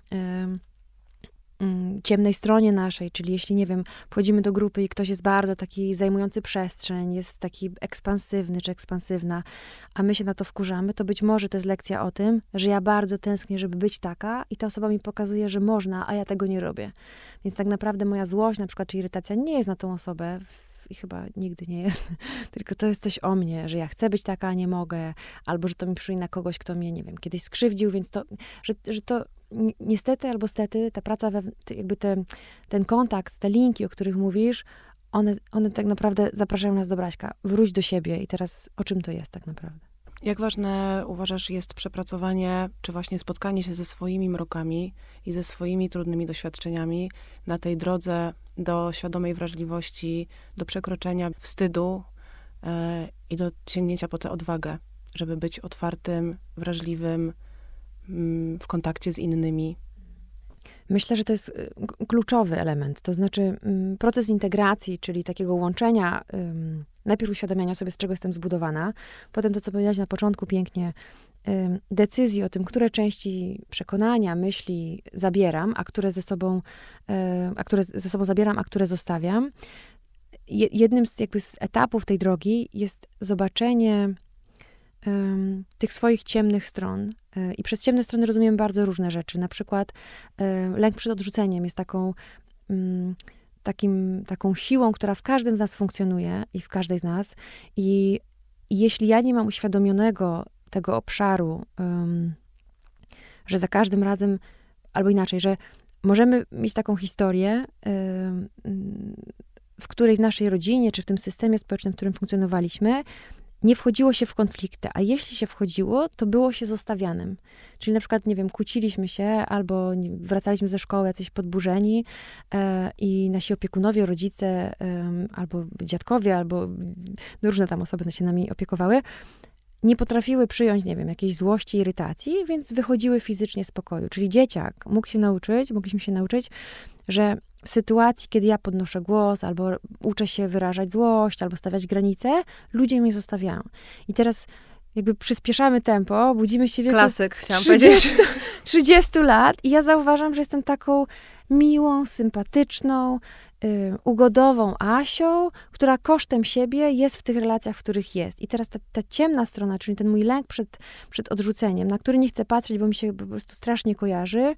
ciemnej stronie naszej, czyli jeśli, nie wiem, wchodzimy do grupy i ktoś jest bardzo taki zajmujący przestrzeń, jest taki ekspansywny czy ekspansywna, a my się na to wkurzamy, to być może to jest lekcja o tym, że ja bardzo tęsknię, żeby być taka i ta osoba mi pokazuje, że można, a ja tego nie robię. Więc tak naprawdę moja złość na przykład, czy irytacja nie jest na tą osobę, i chyba nigdy nie jest, tylko to jest coś o mnie, że ja chcę być taka, a nie mogę, albo że to mi przypomina kogoś, kto mnie, nie wiem, kiedyś skrzywdził, więc to, że to niestety albo stety, ta praca, jakby ten kontakt, te linki, o których mówisz, one tak naprawdę zapraszają nas do Braśka. Wróć do siebie i teraz o czym to jest tak naprawdę? Jak ważne uważasz jest przepracowanie, czy właśnie spotkanie się ze swoimi mrokami i ze swoimi trudnymi doświadczeniami na tej drodze do świadomej wrażliwości, do przekroczenia wstydu i do sięgnięcia po tę odwagę, żeby być otwartym, wrażliwym, w kontakcie z innymi? Myślę, że to jest kluczowy element. To znaczy proces integracji, czyli takiego łączenia, najpierw uświadamiania sobie, z czego jestem zbudowana, potem to, co powiedziałaś na początku pięknie, decyzji o tym, które części przekonania, myśli zabieram, a które ze sobą zabieram, a które zostawiam. Jednym z etapów tej drogi jest zobaczenie tych swoich ciemnych stron. I przez ciemne strony rozumiem bardzo różne rzeczy. Na przykład lęk przed odrzuceniem jest taką siłą, która w każdym z nas funkcjonuje i w każdej z nas. I jeśli ja nie mam uświadomionego tego obszaru, że za każdym razem, albo inaczej, że możemy mieć taką historię, w której w naszej rodzinie, czy w tym systemie społecznym, w którym funkcjonowaliśmy, nie wchodziło się w konflikty, a jeśli się wchodziło, to było się zostawianym. Czyli na przykład, nie wiem, kłóciliśmy się, albo wracaliśmy ze szkoły jacyś podburzeni i nasi opiekunowie, rodzice, albo dziadkowie, albo różne tam osoby się nami opiekowały, nie potrafiły przyjąć, nie wiem, jakiejś złości, irytacji, więc wychodziły fizycznie z pokoju. Czyli dzieciak mogliśmy się nauczyć, że w sytuacji, kiedy ja podnoszę głos, albo uczę się wyrażać złość, albo stawiać granice, ludzie mnie zostawiają. I teraz jakby przyspieszamy tempo, budzimy się w wieku Klasyk, chciałam powiedzieć. 30 lat i ja zauważam, że jestem taką miłą, sympatyczną, ugodową Asią, która kosztem siebie jest w tych relacjach, w których jest. I teraz ta ciemna strona, czyli ten mój lęk przed odrzuceniem, na który nie chcę patrzeć, bo mi się po prostu strasznie kojarzy,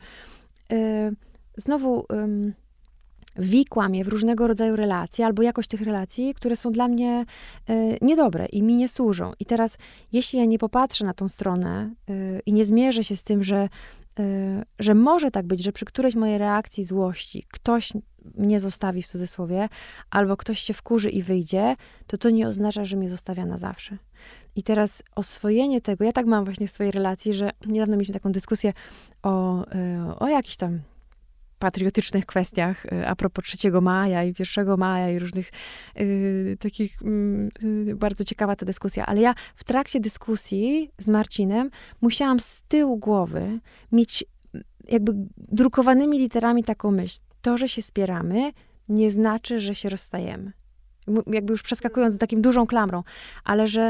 znowu wikłam je w różnego rodzaju relacje, albo jakość tych relacji, które są dla mnie niedobre i mi nie służą. I teraz, jeśli ja nie popatrzę na tą stronę i nie zmierzę się z tym, że może tak być, że przy którejś mojej reakcji złości ktoś mnie zostawi, w cudzysłowie, albo ktoś się wkurzy i wyjdzie, to nie oznacza, że mnie zostawia na zawsze. I teraz oswojenie tego, ja tak mam właśnie w swojej relacji, że niedawno mieliśmy taką dyskusję o jakichś tam patriotycznych kwestiach, a propos 3 maja i 1 maja i różnych takich, bardzo ciekawa ta dyskusja, ale ja w trakcie dyskusji z Marcinem musiałam z tyłu głowy mieć jakby drukowanymi literami taką myśl. To, że się spieramy, nie znaczy, że się rozstajemy. Jakby już przeskakując z takim dużą klamrą, ale że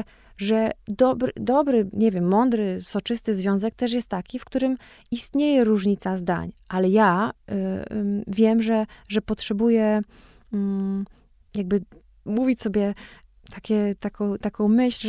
dobry, nie wiem, mądry, soczysty związek też jest taki, w którym istnieje różnica zdań. Ale ja wiem, że potrzebuję jakby mówić sobie taką myśl,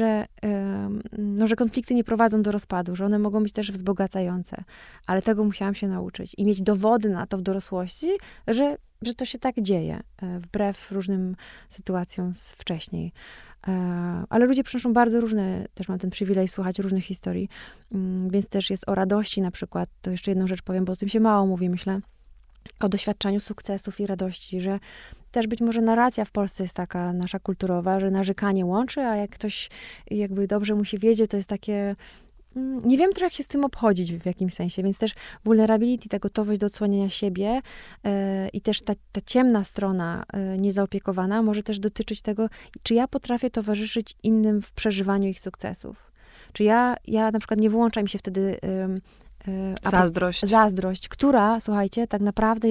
że konflikty nie prowadzą do rozpadu, że one mogą być też wzbogacające. Ale tego musiałam się nauczyć i mieć dowody na to w dorosłości, że to się tak dzieje, wbrew różnym sytuacjom wcześniej. Ale ludzie przynoszą bardzo różne, też mam ten przywilej słuchać różnych historii, więc też jest o radości na przykład, to jeszcze jedną rzecz powiem, bo o tym się mało mówi, myślę, o doświadczaniu sukcesów i radości, że też być może narracja w Polsce jest taka nasza kulturowa, że narzekanie łączy, a jak ktoś jakby dobrze mu się wiedzie, to jest takie, nie wiem, jak się z tym obchodzić w jakimś sensie, więc też vulnerability, ta gotowość do odsłonienia siebie i też ta ciemna strona niezaopiekowana może też dotyczyć tego, czy ja potrafię towarzyszyć innym w przeżywaniu ich sukcesów. Czy ja na przykład nie wyłącza mi się wtedy zazdrość, która, słuchajcie, tak naprawdę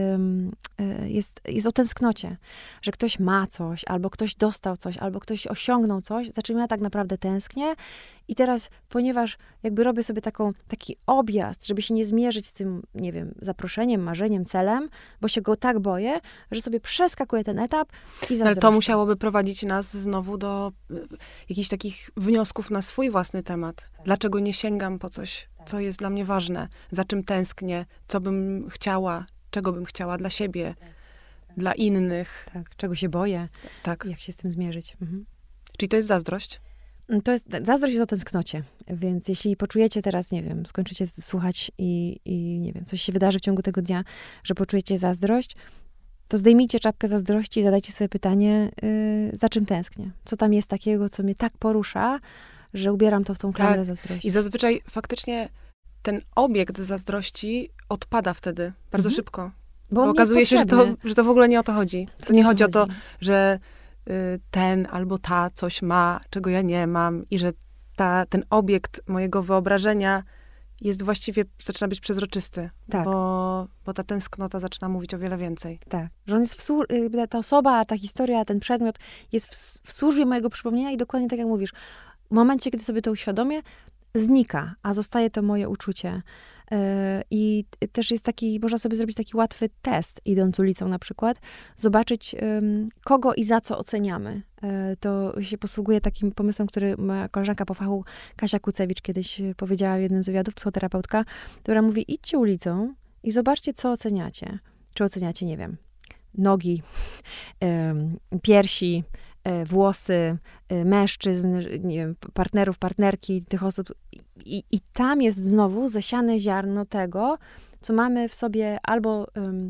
jest o tęsknocie, że ktoś ma coś, albo ktoś dostał coś, albo ktoś osiągnął coś, za czym ja tak naprawdę tęsknię. I teraz, ponieważ jakby robię sobie taki objazd, żeby się nie zmierzyć z tym, nie wiem, zaproszeniem, marzeniem, celem, bo się go tak boję, że sobie przeskakuję ten etap i zazdroszczę. Ale to musiałoby prowadzić nas znowu do jakichś takich wniosków na swój własny temat. Dlaczego nie sięgam po coś, co jest dla mnie ważne, za czym tęsknię, co bym chciała, czego bym chciała dla siebie, dla innych. Tak, czego się boję, tak. Jak się z tym zmierzyć. Mhm. Czyli to jest zazdrość? Zazdrość jest o tęsknocie, więc jeśli poczujecie teraz, nie wiem, skończycie słuchać i nie wiem, coś się wydarzy w ciągu tego dnia, że poczujecie zazdrość, to zdejmijcie czapkę zazdrości i zadajcie sobie pytanie, za czym tęsknię? Co tam jest takiego, co mnie tak porusza, że ubieram to w tą klamrę zazdrości. I zazwyczaj faktycznie ten obiekt zazdrości odpada wtedy bardzo szybko. Bo okazuje się, że to w ogóle nie o to chodzi. To nie chodzi o to, że ten albo ta coś ma, czego ja nie mam i że ten obiekt mojego wyobrażenia jest właściwie, zaczyna być przezroczysty. Tak. Bo ta tęsknota zaczyna mówić o wiele więcej. Tak. Że on jest ta osoba, ta historia, ten przedmiot jest w służbie mojego przypomnienia i dokładnie tak jak mówisz. W momencie, kiedy sobie to uświadomię, znika, a zostaje to moje uczucie. I też jest można sobie zrobić taki łatwy test, idąc ulicą na przykład, zobaczyć, kogo i za co oceniamy. To się posługuje takim pomysłem, który moja koleżanka po fachu, Kasia Kucewicz, kiedyś powiedziała w jednym z wywiadów, psychoterapeutka, która mówi, idźcie ulicą i zobaczcie, co oceniacie. Czy oceniacie, nie wiem, nogi, piersi, włosy, mężczyzn, nie wiem, partnerów, partnerki, tych osób. I tam jest znowu zasiane ziarno tego, co mamy w sobie albo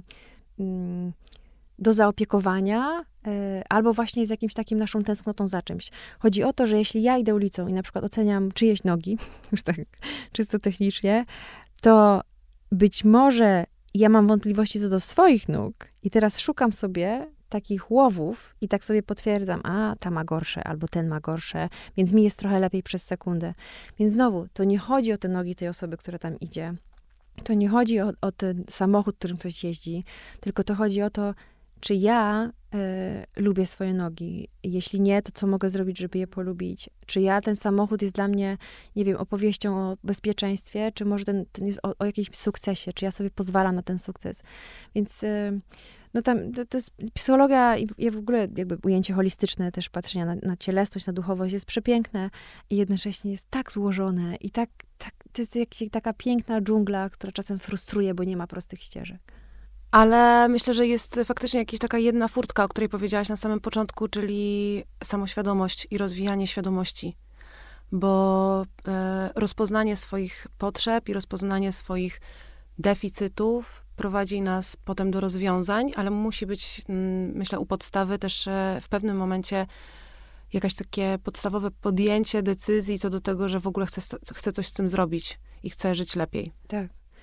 do zaopiekowania, albo właśnie z jakimś takim naszą tęsknotą za czymś. Chodzi o to, że jeśli ja idę ulicą i na przykład oceniam czyjeś nogi, już tak czysto technicznie, to być może ja mam wątpliwości co do swoich nóg i teraz szukam sobie takich łowów i tak sobie potwierdzam, ta ma gorsze, albo ten ma gorsze, więc mi jest trochę lepiej przez sekundę. Więc znowu, to nie chodzi o te nogi tej osoby, która tam idzie. To nie chodzi o ten samochód, którym ktoś jeździ, tylko to chodzi o to, czy ja lubię swoje nogi. Jeśli nie, to co mogę zrobić, żeby je polubić? Czy ten samochód jest dla mnie, nie wiem, opowieścią o bezpieczeństwie, czy może ten jest o jakimś sukcesie, czy ja sobie pozwalam na ten sukces? Więc no tam, to jest psychologia i w ogóle jakby ujęcie holistyczne też patrzenia na cielesność, na duchowość jest przepiękne i jednocześnie jest tak złożone i tak to jest taka piękna dżungla, która czasem frustruje, bo nie ma prostych ścieżek. Ale myślę, że jest faktycznie jakaś taka jedna furtka, o której powiedziałaś na samym początku, czyli samoświadomość i rozwijanie świadomości. Bo rozpoznanie swoich potrzeb i rozpoznanie swoich deficytów prowadzi nas potem do rozwiązań, ale musi być, myślę, u podstawy też w pewnym momencie jakieś takie podstawowe podjęcie decyzji co do tego, że w ogóle chcę coś z tym zrobić i chcę żyć lepiej. Tak.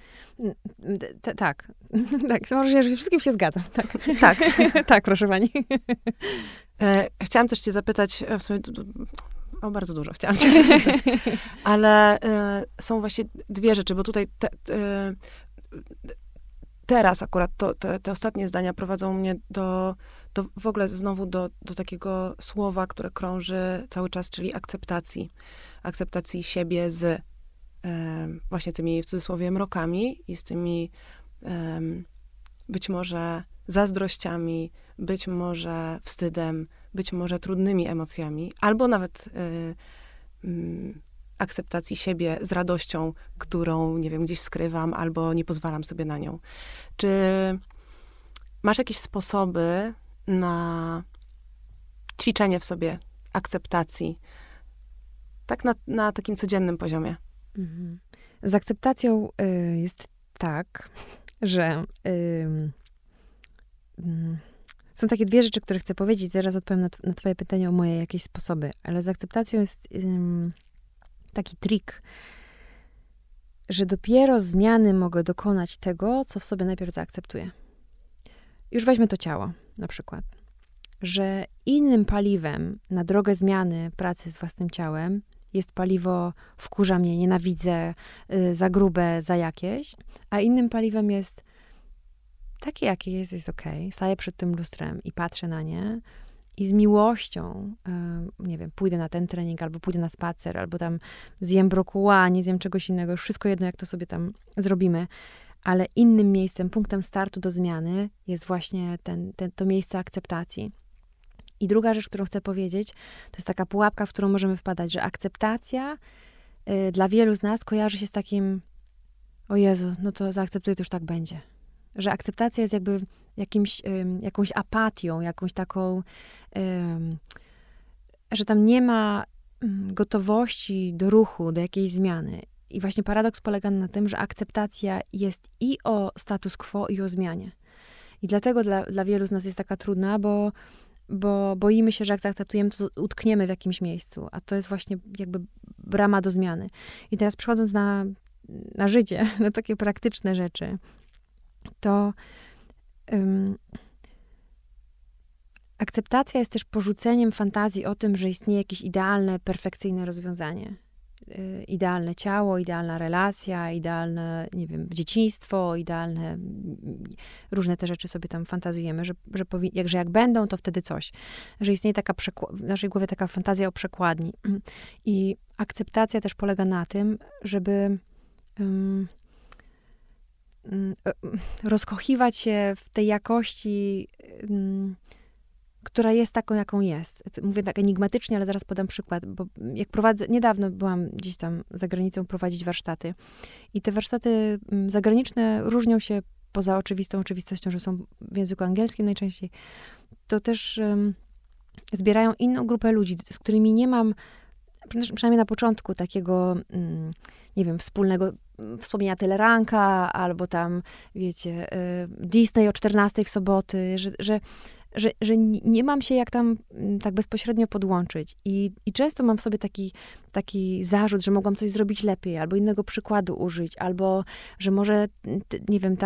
Tak. Tak, może że wszystkim się zgadzam. Tak. Tak. Tak, proszę pani. Chciałam też cię zapytać, w sumie bardzo dużo chciałam cię zapytać, ale są właśnie dwie rzeczy, bo tutaj teraz akurat te ostatnie zdania prowadzą mnie do w ogóle znowu do takiego słowa, które krąży cały czas, czyli akceptacji. Akceptacji siebie z właśnie tymi, w cudzysłowie, mrokami i z tymi być może zazdrościami, być może wstydem, być może trudnymi emocjami, albo nawet akceptacji siebie z radością, którą, nie wiem, gdzieś skrywam, albo nie pozwalam sobie na nią. Czy masz jakieś sposoby na ćwiczenie w sobie akceptacji, tak na takim codziennym poziomie? Mhm. Z akceptacją jest tak, że są takie dwie rzeczy, które chcę powiedzieć. Zaraz odpowiem na twoje pytanie o moje jakieś sposoby. Ale z akceptacją jest taki trik, że dopiero zmiany mogę dokonać tego, co w sobie najpierw zaakceptuję. Już weźmy to ciało, na przykład. Że innym paliwem na drogę zmiany pracy z własnym ciałem jest paliwo wkurza mnie, nienawidzę, za grube, za jakieś, a innym paliwem jest takie, jakie jest okej. Staję przed tym lustrem i patrzę na nie i z miłością, nie wiem, pójdę na ten trening, albo pójdę na spacer, albo tam zjem brokuła, nie zjem czegoś innego, już wszystko jedno, jak to sobie tam zrobimy, ale innym miejscem, punktem startu do zmiany jest właśnie to miejsce akceptacji. I druga rzecz, którą chcę powiedzieć, to jest taka pułapka, w którą możemy wpadać, że akceptacja dla wielu z nas kojarzy się z takim, o Jezu, no to zaakceptuję, to już tak będzie. Że akceptacja jest jakby jakąś apatią, jakąś taką, że tam nie ma gotowości do ruchu, do jakiejś zmiany. I właśnie paradoks polega na tym, że akceptacja jest i o status quo, i o zmianie. I dlatego dla wielu z nas jest taka trudna, bo boimy się, że jak zaakceptujemy, to utkniemy w jakimś miejscu. A to jest właśnie jakby brama do zmiany. I teraz przechodząc na życie, na takie praktyczne rzeczy, to akceptacja jest też porzuceniem fantazji o tym, że istnieje jakieś idealne, perfekcyjne rozwiązanie. Idealne ciało, idealna relacja, idealne, nie wiem, dzieciństwo, idealne, różne te rzeczy sobie tam fantazjujemy, że jak będą, to wtedy coś. Że istnieje taka w naszej głowie taka fantazja o przekładni. I akceptacja też polega na tym, żeby rozkochiwać się w tej jakości, która jest taką, jaką jest. Mówię tak enigmatycznie, ale zaraz podam przykład, bo jak niedawno byłam gdzieś tam za granicą prowadzić warsztaty i te warsztaty zagraniczne różnią się poza oczywistą oczywistością, że są w języku angielskim najczęściej, to też zbierają inną grupę ludzi, z którymi nie mam, przynajmniej na początku, takiego, nie wiem, wspólnego wspomnienia Teleranka, albo tam, wiecie, Disney o 14 w soboty, że nie mam się jak tam tak bezpośrednio podłączyć. I często mam w sobie taki zarzut, że mogłam coś zrobić lepiej, albo innego przykładu użyć, albo że może, nie wiem,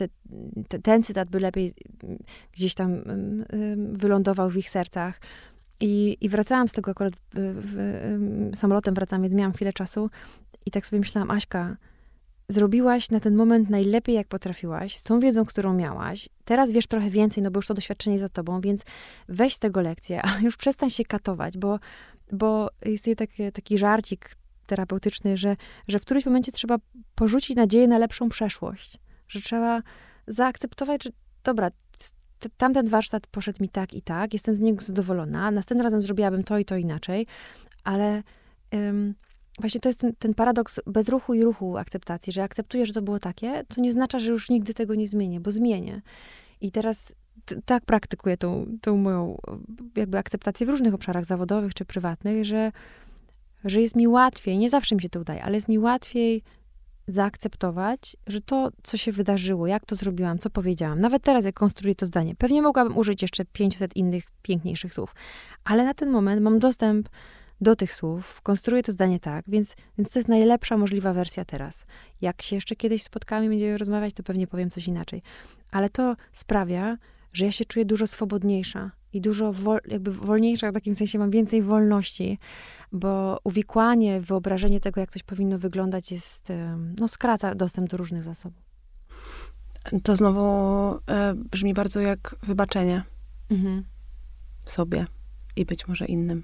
ten cytat by lepiej gdzieś tam wylądował w ich sercach. I wracałam z tego akurat samolotem wracałam, więc miałam chwilę czasu i tak sobie myślałam, Aśka, zrobiłaś na ten moment najlepiej, jak potrafiłaś, z tą wiedzą, którą miałaś. Teraz wiesz trochę więcej, no bo już to doświadczenie za tobą, więc weź z tego lekcję, ale już przestań się katować, bo jest taki żarcik terapeutyczny, że w którymś momencie trzeba porzucić nadzieję na lepszą przeszłość. Że trzeba zaakceptować, że dobra, tamten warsztat poszedł mi tak i tak, jestem z niego zadowolona, następnym razem zrobiłabym to i to inaczej, ale właśnie to jest ten paradoks bez ruchu i ruchu akceptacji, że akceptuję, że to było takie, co nie oznacza, że już nigdy tego nie zmienię, bo zmienię. I teraz tak praktykuję tą moją jakby akceptację w różnych obszarach zawodowych czy prywatnych, że jest mi łatwiej, nie zawsze mi się to udaje, ale jest mi łatwiej zaakceptować, że to, co się wydarzyło, jak to zrobiłam, co powiedziałam, nawet teraz, jak konstruuję to zdanie, pewnie mogłabym użyć jeszcze 500 innych, piękniejszych słów, ale na ten moment mam dostęp do tych słów, konstruuję to zdanie tak, więc to jest najlepsza możliwa wersja teraz. Jak się jeszcze kiedyś spotkamy i będziemy rozmawiać, to pewnie powiem coś inaczej. Ale to sprawia, że ja się czuję dużo swobodniejsza i dużo jakby wolniejsza, w takim sensie mam więcej wolności, bo uwikłanie, wyobrażenie tego, jak coś powinno wyglądać skraca dostęp do różnych zasobów. To znowu brzmi bardzo jak wybaczenie sobie i być może innym.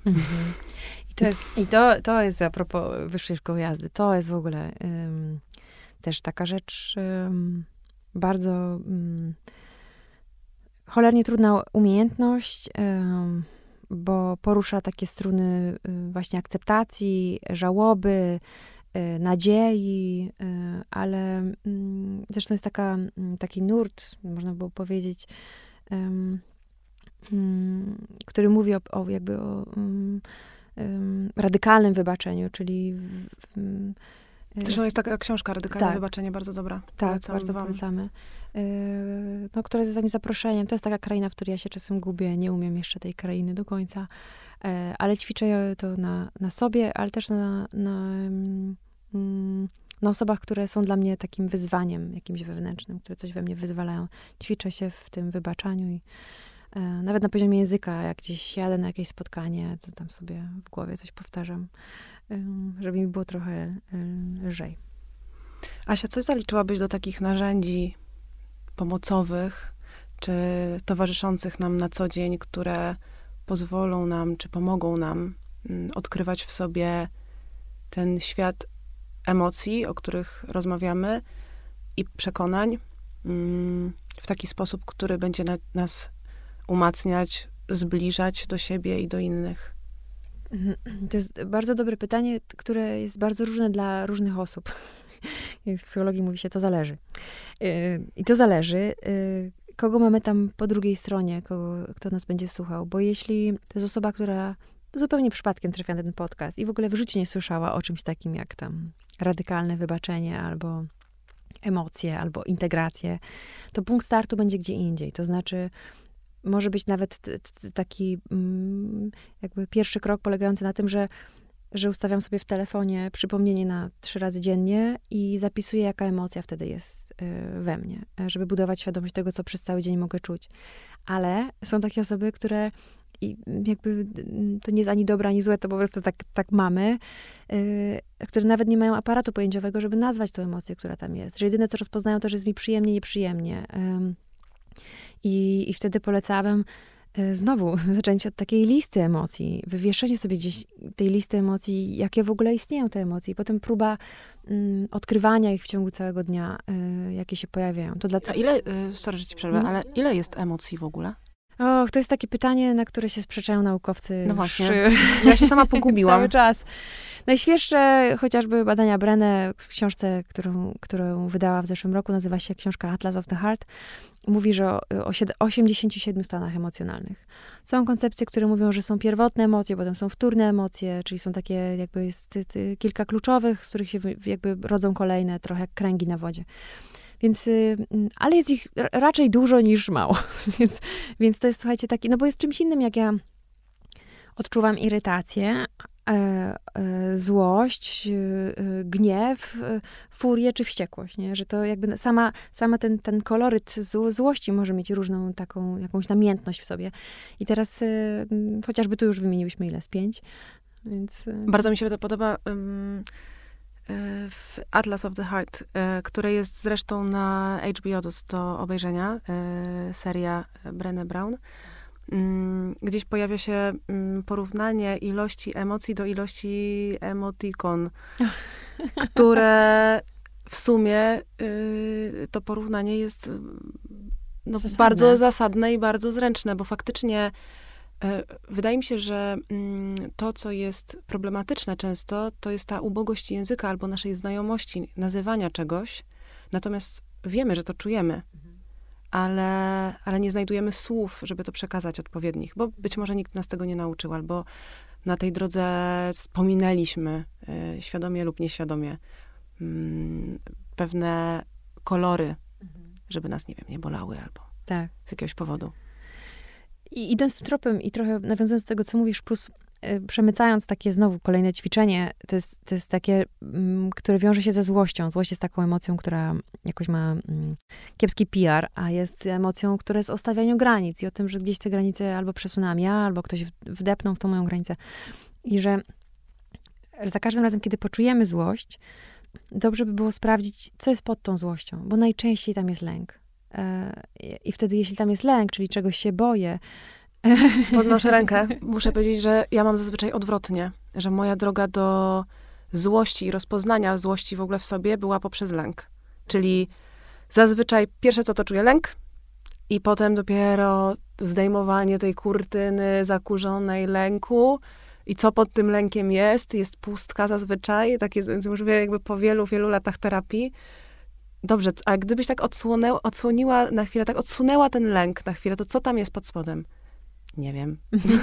To jest a propos wyższej szkoły jazdy, to jest w ogóle też taka rzecz bardzo cholernie trudna umiejętność, bo porusza takie struny właśnie akceptacji, żałoby, nadziei, ale zresztą jest taki nurt, można było powiedzieć, który mówi o radykalnym wybaczeniu, czyli zresztą jest taka książka, Radykalne wybaczenie, bardzo dobra. Tak, bardzo polecamy. Która jest za mi zaproszeniem. To jest taka kraina, w której ja się czasem gubię. Nie umiem jeszcze tej krainy do końca. Ale ćwiczę to na sobie, ale też na osobach, które są dla mnie takim wyzwaniem jakimś wewnętrznym, które coś we mnie wyzwalają. Ćwiczę się w tym wybaczaniu i nawet na poziomie języka, jak gdzieś jadę na jakieś spotkanie, to tam sobie w głowie coś powtarzam, żeby mi było trochę lżej. Asia, coś zaliczyłabyś do takich narzędzi pomocowych, czy towarzyszących nam na co dzień, które pozwolą nam, czy pomogą nam odkrywać w sobie ten świat emocji, o których rozmawiamy, i przekonań w taki sposób, który będzie nas umacniać, zbliżać do siebie i do innych? To jest bardzo dobre pytanie, które jest bardzo różne dla różnych osób. W psychologii mówi się, to zależy. I to zależy, kogo mamy tam po drugiej stronie, kto nas będzie słuchał. Bo jeśli to jest osoba, która zupełnie przypadkiem trafia na ten podcast i w ogóle w życiu nie słyszała o czymś takim jak tam radykalne wybaczenie, albo emocje, albo integrację, to punkt startu będzie gdzie indziej. To znaczy, może być nawet taki jakby pierwszy krok polegający na tym, że że ustawiam sobie w telefonie przypomnienie na 3 razy dziennie i zapisuję, jaka emocja wtedy jest we mnie, żeby budować świadomość tego, co przez cały dzień mogę czuć. Ale są takie osoby, które i jakby to nie jest ani dobre, ani złe, to po prostu tak mamy, które nawet nie mają aparatu pojęciowego, żeby nazwać tą emocję, która tam jest. Że jedyne, co rozpoznają, to, że jest mi przyjemnie, nieprzyjemnie. I wtedy polecałabym znowu zacząć od takiej listy emocji, wywieszenie sobie gdzieś tej listy emocji, jakie w ogóle istnieją te emocje, i potem próba odkrywania ich w ciągu całego dnia, jakie się pojawiają. To A ile, sorry, że ci przerwę, ale ile jest emocji w ogóle? Och, to jest takie pytanie, na które się sprzeczają naukowcy. No właśnie. Ja się sama pogubiłam. Cały czas. Najświeższe chociażby badania Brené w książce, którą wydała w zeszłym roku, nazywa się książka Atlas of the Heart, mówi, że o 87 stanach emocjonalnych. Są koncepcje, które mówią, że są pierwotne emocje, potem są wtórne emocje, czyli są takie jakby jest kilka kluczowych, z których się jakby rodzą kolejne, trochę jak kręgi na wodzie. Więc, ale jest ich raczej dużo niż mało. Więc to jest, słuchajcie, taki, no bo jest czymś innym, jak ja odczuwam irytację, złość, gniew, furię czy wściekłość, nie? Że to jakby sama ten koloryt złości może mieć różną taką jakąś namiętność w sobie. I teraz chociażby tu już wymieniłyśmy ile? Z 5. Więc... Bardzo mi się to podoba w Atlas of the Heart, które jest zresztą na HBO do obejrzenia, seria Brené Brown. Gdzieś pojawia się porównanie ilości emocji do ilości emotikon, które w sumie to porównanie jest bardzo zasadne i bardzo zręczne, bo faktycznie wydaje mi się, że to, co jest problematyczne często, to jest ta ubogość języka albo naszej znajomości nazywania czegoś, natomiast wiemy, że to czujemy. Ale nie znajdujemy słów, żeby to przekazać odpowiednich, bo być może nikt nas tego nie nauczył, albo na tej drodze pominęliśmy, świadomie lub nieświadomie, pewne kolory, żeby nas, nie wiem, nie bolały, albo z jakiegoś powodu. I idąc tym tropem i trochę nawiązując do tego, co mówisz, plus przemycając takie znowu kolejne ćwiczenie, to jest takie, które wiąże się ze złością. Złość jest taką emocją, która jakoś ma kiepski PR, a jest emocją, która jest o stawianiu granic i o tym, że gdzieś te granice albo przesunęłam ja, albo ktoś wdepnął w tą moją granicę. I że za każdym razem, kiedy poczujemy złość, dobrze by było sprawdzić, co jest pod tą złością, bo najczęściej tam jest lęk. I wtedy, jeśli tam jest lęk, czyli czegoś się boję, podnoszę rękę. Muszę powiedzieć, że ja mam zazwyczaj odwrotnie, że moja droga do złości i rozpoznania złości w ogóle w sobie była poprzez lęk. Czyli zazwyczaj pierwsze co to czuję lęk i potem dopiero zdejmowanie tej kurtyny zakurzonej lęku i co pod tym lękiem jest pustka zazwyczaj, tak jest, już jakby po wielu latach terapii. Dobrze, a gdybyś tak odsłoniła na chwilę, tak odsunęła ten lęk na chwilę, to co tam jest pod spodem? Nie wiem.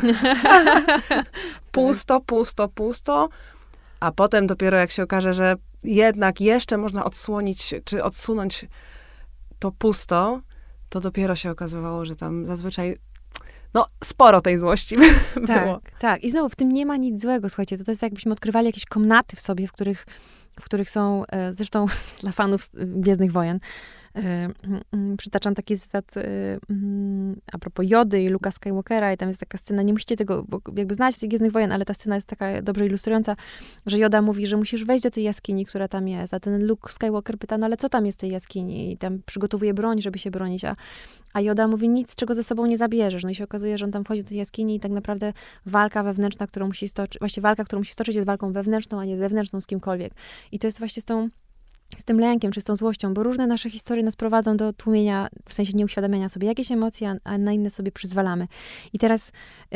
Pusto, a potem dopiero jak się okaże, że jednak jeszcze można odsłonić, czy odsunąć to pusto, to dopiero się okazywało, że tam zazwyczaj sporo tej złości było. Tak. I znowu w tym nie ma nic złego, słuchajcie, to jest jakbyśmy odkrywali jakieś komnaty w sobie, w których są, zresztą dla fanów Gwiezdnych Wojen, przytaczam taki cytat a propos Jody i Luka Skywalkera i tam jest taka scena, nie musicie tego jakby znać z Gwiezdnych Wojen, ale ta scena jest taka dobrze ilustrująca, że Joda mówi, że musisz wejść do tej jaskini, która tam jest, a ten Luke Skywalker pyta, no ale co tam jest w tej jaskini? I tam przygotowuje broń, żeby się bronić, a Joda mówi, nic, czego ze sobą nie zabierzesz. No i się okazuje, że on tam wchodzi do tej jaskini i tak naprawdę walka wewnętrzna, którą musi stoczyć, jest walką wewnętrzną, a nie zewnętrzną z kimkolwiek. I to jest właśnie z tym lękiem, czy z tą złością, bo różne nasze historie nas prowadzą do tłumienia, w sensie nieuświadamiania sobie jakieś emocje, a na inne sobie przyzwalamy. I teraz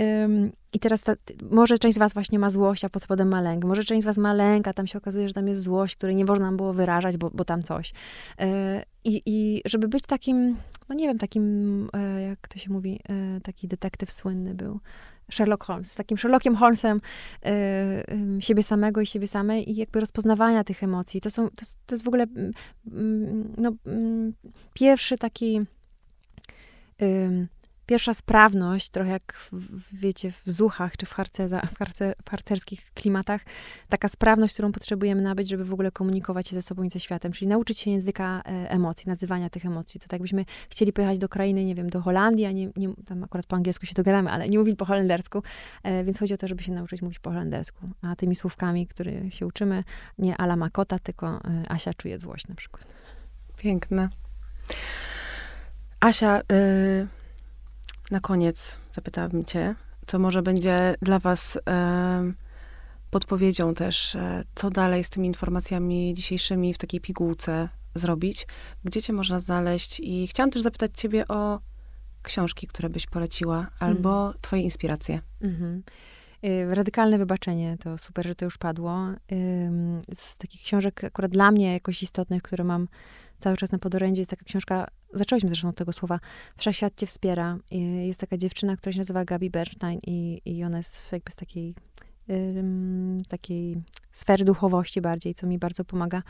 może część z was właśnie ma złość, a pod spodem ma lęk. Może część z was ma lęk, a tam się okazuje, że tam jest złość, której nie można było wyrażać, bo tam coś. I żeby być takim, no nie wiem, takim, jak to się mówi, taki detektyw słynny był, Sherlock Holmes, takim Sherlockiem Holmesem siebie samego i siebie samej i jakby rozpoznawania tych emocji. To jest w ogóle pierwszy taki pierwsza sprawność, trochę jak wiecie, w zuchach, czy w harcerskich klimatach, taka sprawność, którą potrzebujemy nabyć, żeby w ogóle komunikować się ze sobą i ze światem, czyli nauczyć się języka emocji, nazywania tych emocji. To tak jakbyśmy chcieli pojechać do krainy, nie wiem, do Holandii, a nie tam akurat po angielsku się dogadamy, ale nie mówili po holendersku, więc chodzi o to, żeby się nauczyć mówić po holendersku. A tymi słówkami, które się uczymy, nie Ala ma kota, tylko Asia czuje złość na przykład. Piękne. Asia, na koniec zapytałabym cię, co może będzie dla was podpowiedzią też, co dalej z tymi informacjami dzisiejszymi w takiej pigułce zrobić, gdzie cię można znaleźć i chciałam też zapytać ciebie o książki, które byś poleciła, albo twoje inspiracje. Radykalne wybaczenie, to super, że to już padło. Z takich książek akurat dla mnie jakoś istotnych, które mam cały czas na podorędziu, jest taka książka, zaczęłyśmy zresztą od tego słowa, Wszechświat cię wspiera. Jest taka dziewczyna, która się nazywa Gabi Bernstein i ona jest jakby z takiej sfery duchowości bardziej, co mi bardzo pomaga.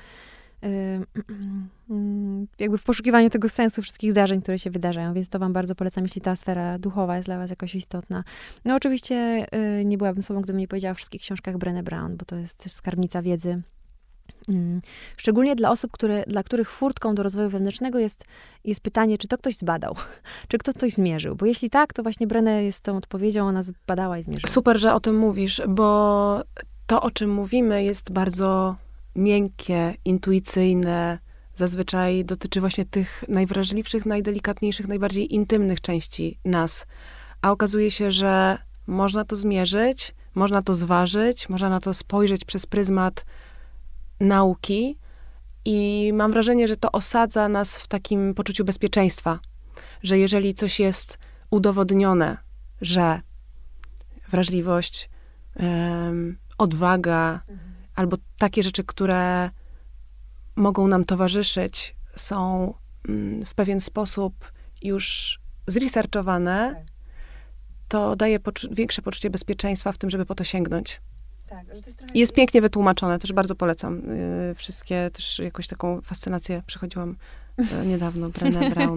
Jakby w poszukiwaniu tego sensu wszystkich zdarzeń, które się wydarzają, więc to wam bardzo polecam, jeśli ta sfera duchowa jest dla was jakoś istotna. No oczywiście nie byłabym sobą, gdybym nie powiedziała o wszystkich książkach Brené Brown, bo to jest też skarbnica wiedzy. Szczególnie dla osób, dla których furtką do rozwoju wewnętrznego jest pytanie, czy to ktoś zbadał, czy ktoś zmierzył. Bo jeśli tak, to właśnie Brené jest tą odpowiedzią, ona zbadała i zmierzyła. Super, że o tym mówisz, bo to, o czym mówimy, jest bardzo miękkie, intuicyjne, zazwyczaj dotyczy właśnie tych najwrażliwszych, najdelikatniejszych, najbardziej intymnych części nas. A okazuje się, że można to zmierzyć, można to zważyć, można na to spojrzeć przez pryzmat nauki i mam wrażenie, że to osadza nas w takim poczuciu bezpieczeństwa, że jeżeli coś jest udowodnione, że wrażliwość, odwaga, albo takie rzeczy, które mogą nam towarzyszyć, są w pewien sposób już zresearchowane, to daje większe poczucie bezpieczeństwa w tym, żeby po to sięgnąć. Tak, że to jest trochę... Jest pięknie wytłumaczone, też bardzo polecam. Wszystkie, też jakoś taką fascynację przechodziłam niedawno, Brené Brown.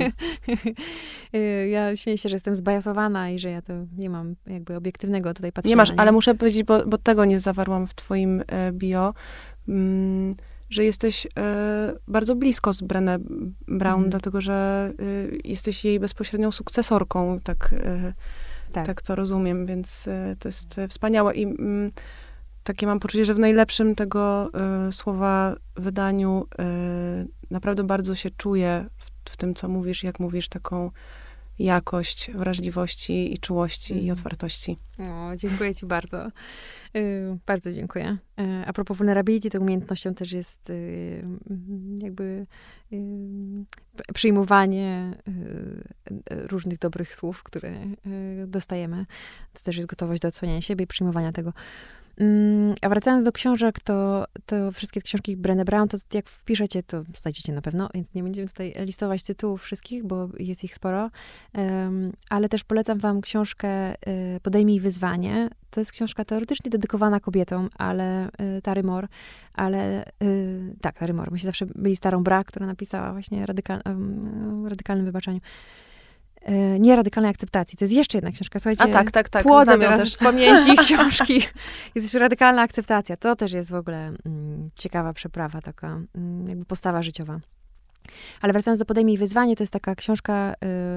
Ja śmieję się, że jestem zbajasowana i że ja to nie mam jakby obiektywnego tutaj patrzenia. Nie masz, ale muszę powiedzieć, bo tego nie zawarłam w twoim bio, że jesteś bardzo blisko z Brené Brown, dlatego że jesteś jej bezpośrednią sukcesorką, tak to rozumiem, więc to jest wspaniałe i takie mam poczucie, że w najlepszym tego słowa wydaniu naprawdę bardzo się czuję w tym, co mówisz, jak mówisz, taką jakość wrażliwości i czułości i otwartości. O, dziękuję ci bardzo. Bardzo dziękuję. A propos vulnerability, to umiejętnością też jest jakby przyjmowanie różnych dobrych słów, które dostajemy. To też jest gotowość do odsłaniania siebie i przyjmowania tego. A wracając do książek, to wszystkie książki Brené Brown, to jak wpiszecie, to znajdziecie na pewno, więc nie będziemy tutaj listować tytułów wszystkich, bo jest ich sporo. Ale też polecam wam książkę Podejmij wyzwanie. To jest książka teoretycznie dedykowana kobietom, ale Tary Moore, tak, Tary Moore. Myśmy zawsze byli starą Bra, która napisała właśnie radykalnym wybaczeniu. Nie radykalnej akceptacji. To jest jeszcze jedna książka. Słuchajcie, tak. Płodem też w pamięci książki. Jest jeszcze radykalna akceptacja. To też jest w ogóle ciekawa przeprawa, taka jakby postawa życiowa. Ale wracając do Podejmij wyzwanie, to jest taka książka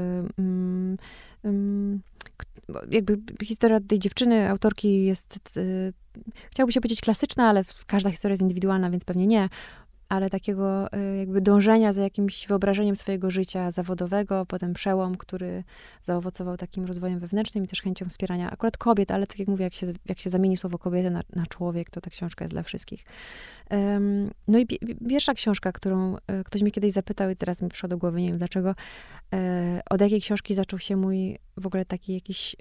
jakby historia tej dziewczyny, autorki jest chciałoby się powiedzieć klasyczna, ale każda historia jest indywidualna, więc pewnie nie. Ale takiego jakby dążenia za jakimś wyobrażeniem swojego życia zawodowego, potem przełom, który zaowocował takim rozwojem wewnętrznym i też chęcią wspierania akurat kobiet, ale tak jak mówię, jak się zamieni słowo kobieta na człowiek, to ta książka jest dla wszystkich. No i pierwsza książka, którą ktoś mnie kiedyś zapytał i teraz mi przyszła do głowy, nie wiem dlaczego, od jakiej książki zaczął się mój w ogóle taki jakiś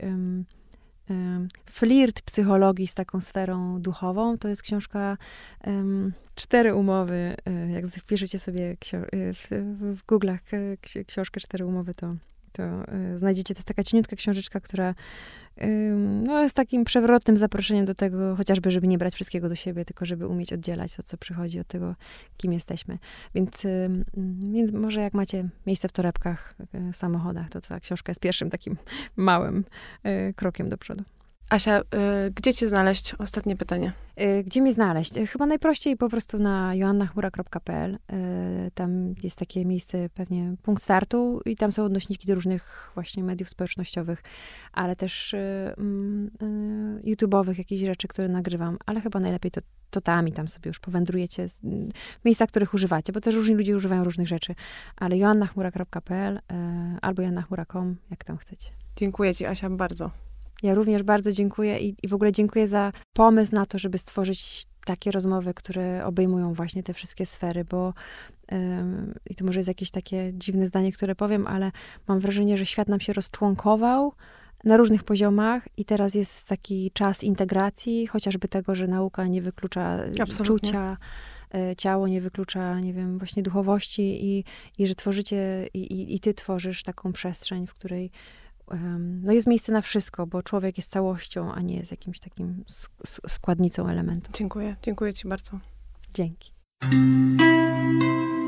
flirt psychologii z taką sferą duchową. To jest książka 4 umowy. Jak wpiszecie sobie w Google'ach książkę 4 umowy, to znajdziecie. To jest taka cieniutka książeczka, która jest takim przewrotnym zaproszeniem do tego, chociażby, żeby nie brać wszystkiego do siebie, tylko żeby umieć oddzielać to, co przychodzi od tego, kim jesteśmy. Więc może jak macie miejsce w torebkach, samochodach, to ta książka jest pierwszym takim małym krokiem do przodu. Asia, gdzie cię znaleźć? Ostatnie pytanie. Gdzie mnie znaleźć? Chyba najprościej po prostu na joannachmurak.pl. Tam jest takie miejsce, pewnie punkt startu i tam są odnośniki do różnych właśnie mediów społecznościowych, ale też YouTube'owych jakichś rzeczy, które nagrywam, ale chyba najlepiej to tam i tam sobie już powędrujecie w miejscach, których używacie, bo też różni ludzie używają różnych rzeczy, ale joannachmurak.pl albo joannachmurak.com, jak tam chcecie. Dziękuję ci, Asia, bardzo. Ja również bardzo dziękuję i w ogóle dziękuję za pomysł na to, żeby stworzyć takie rozmowy, które obejmują właśnie te wszystkie sfery, bo i to może jest jakieś takie dziwne zdanie, które powiem, ale mam wrażenie, że świat nam się rozczłonkował na różnych poziomach i teraz jest taki czas integracji, chociażby tego, że nauka nie wyklucza czucia, ciało nie wyklucza, nie wiem, właśnie duchowości i że tworzycie i ty tworzysz taką przestrzeń, w której jest miejsce na wszystko, bo człowiek jest całością, a nie jest jakimś takim składnicą elementów. Dziękuję ci bardzo. Dzięki.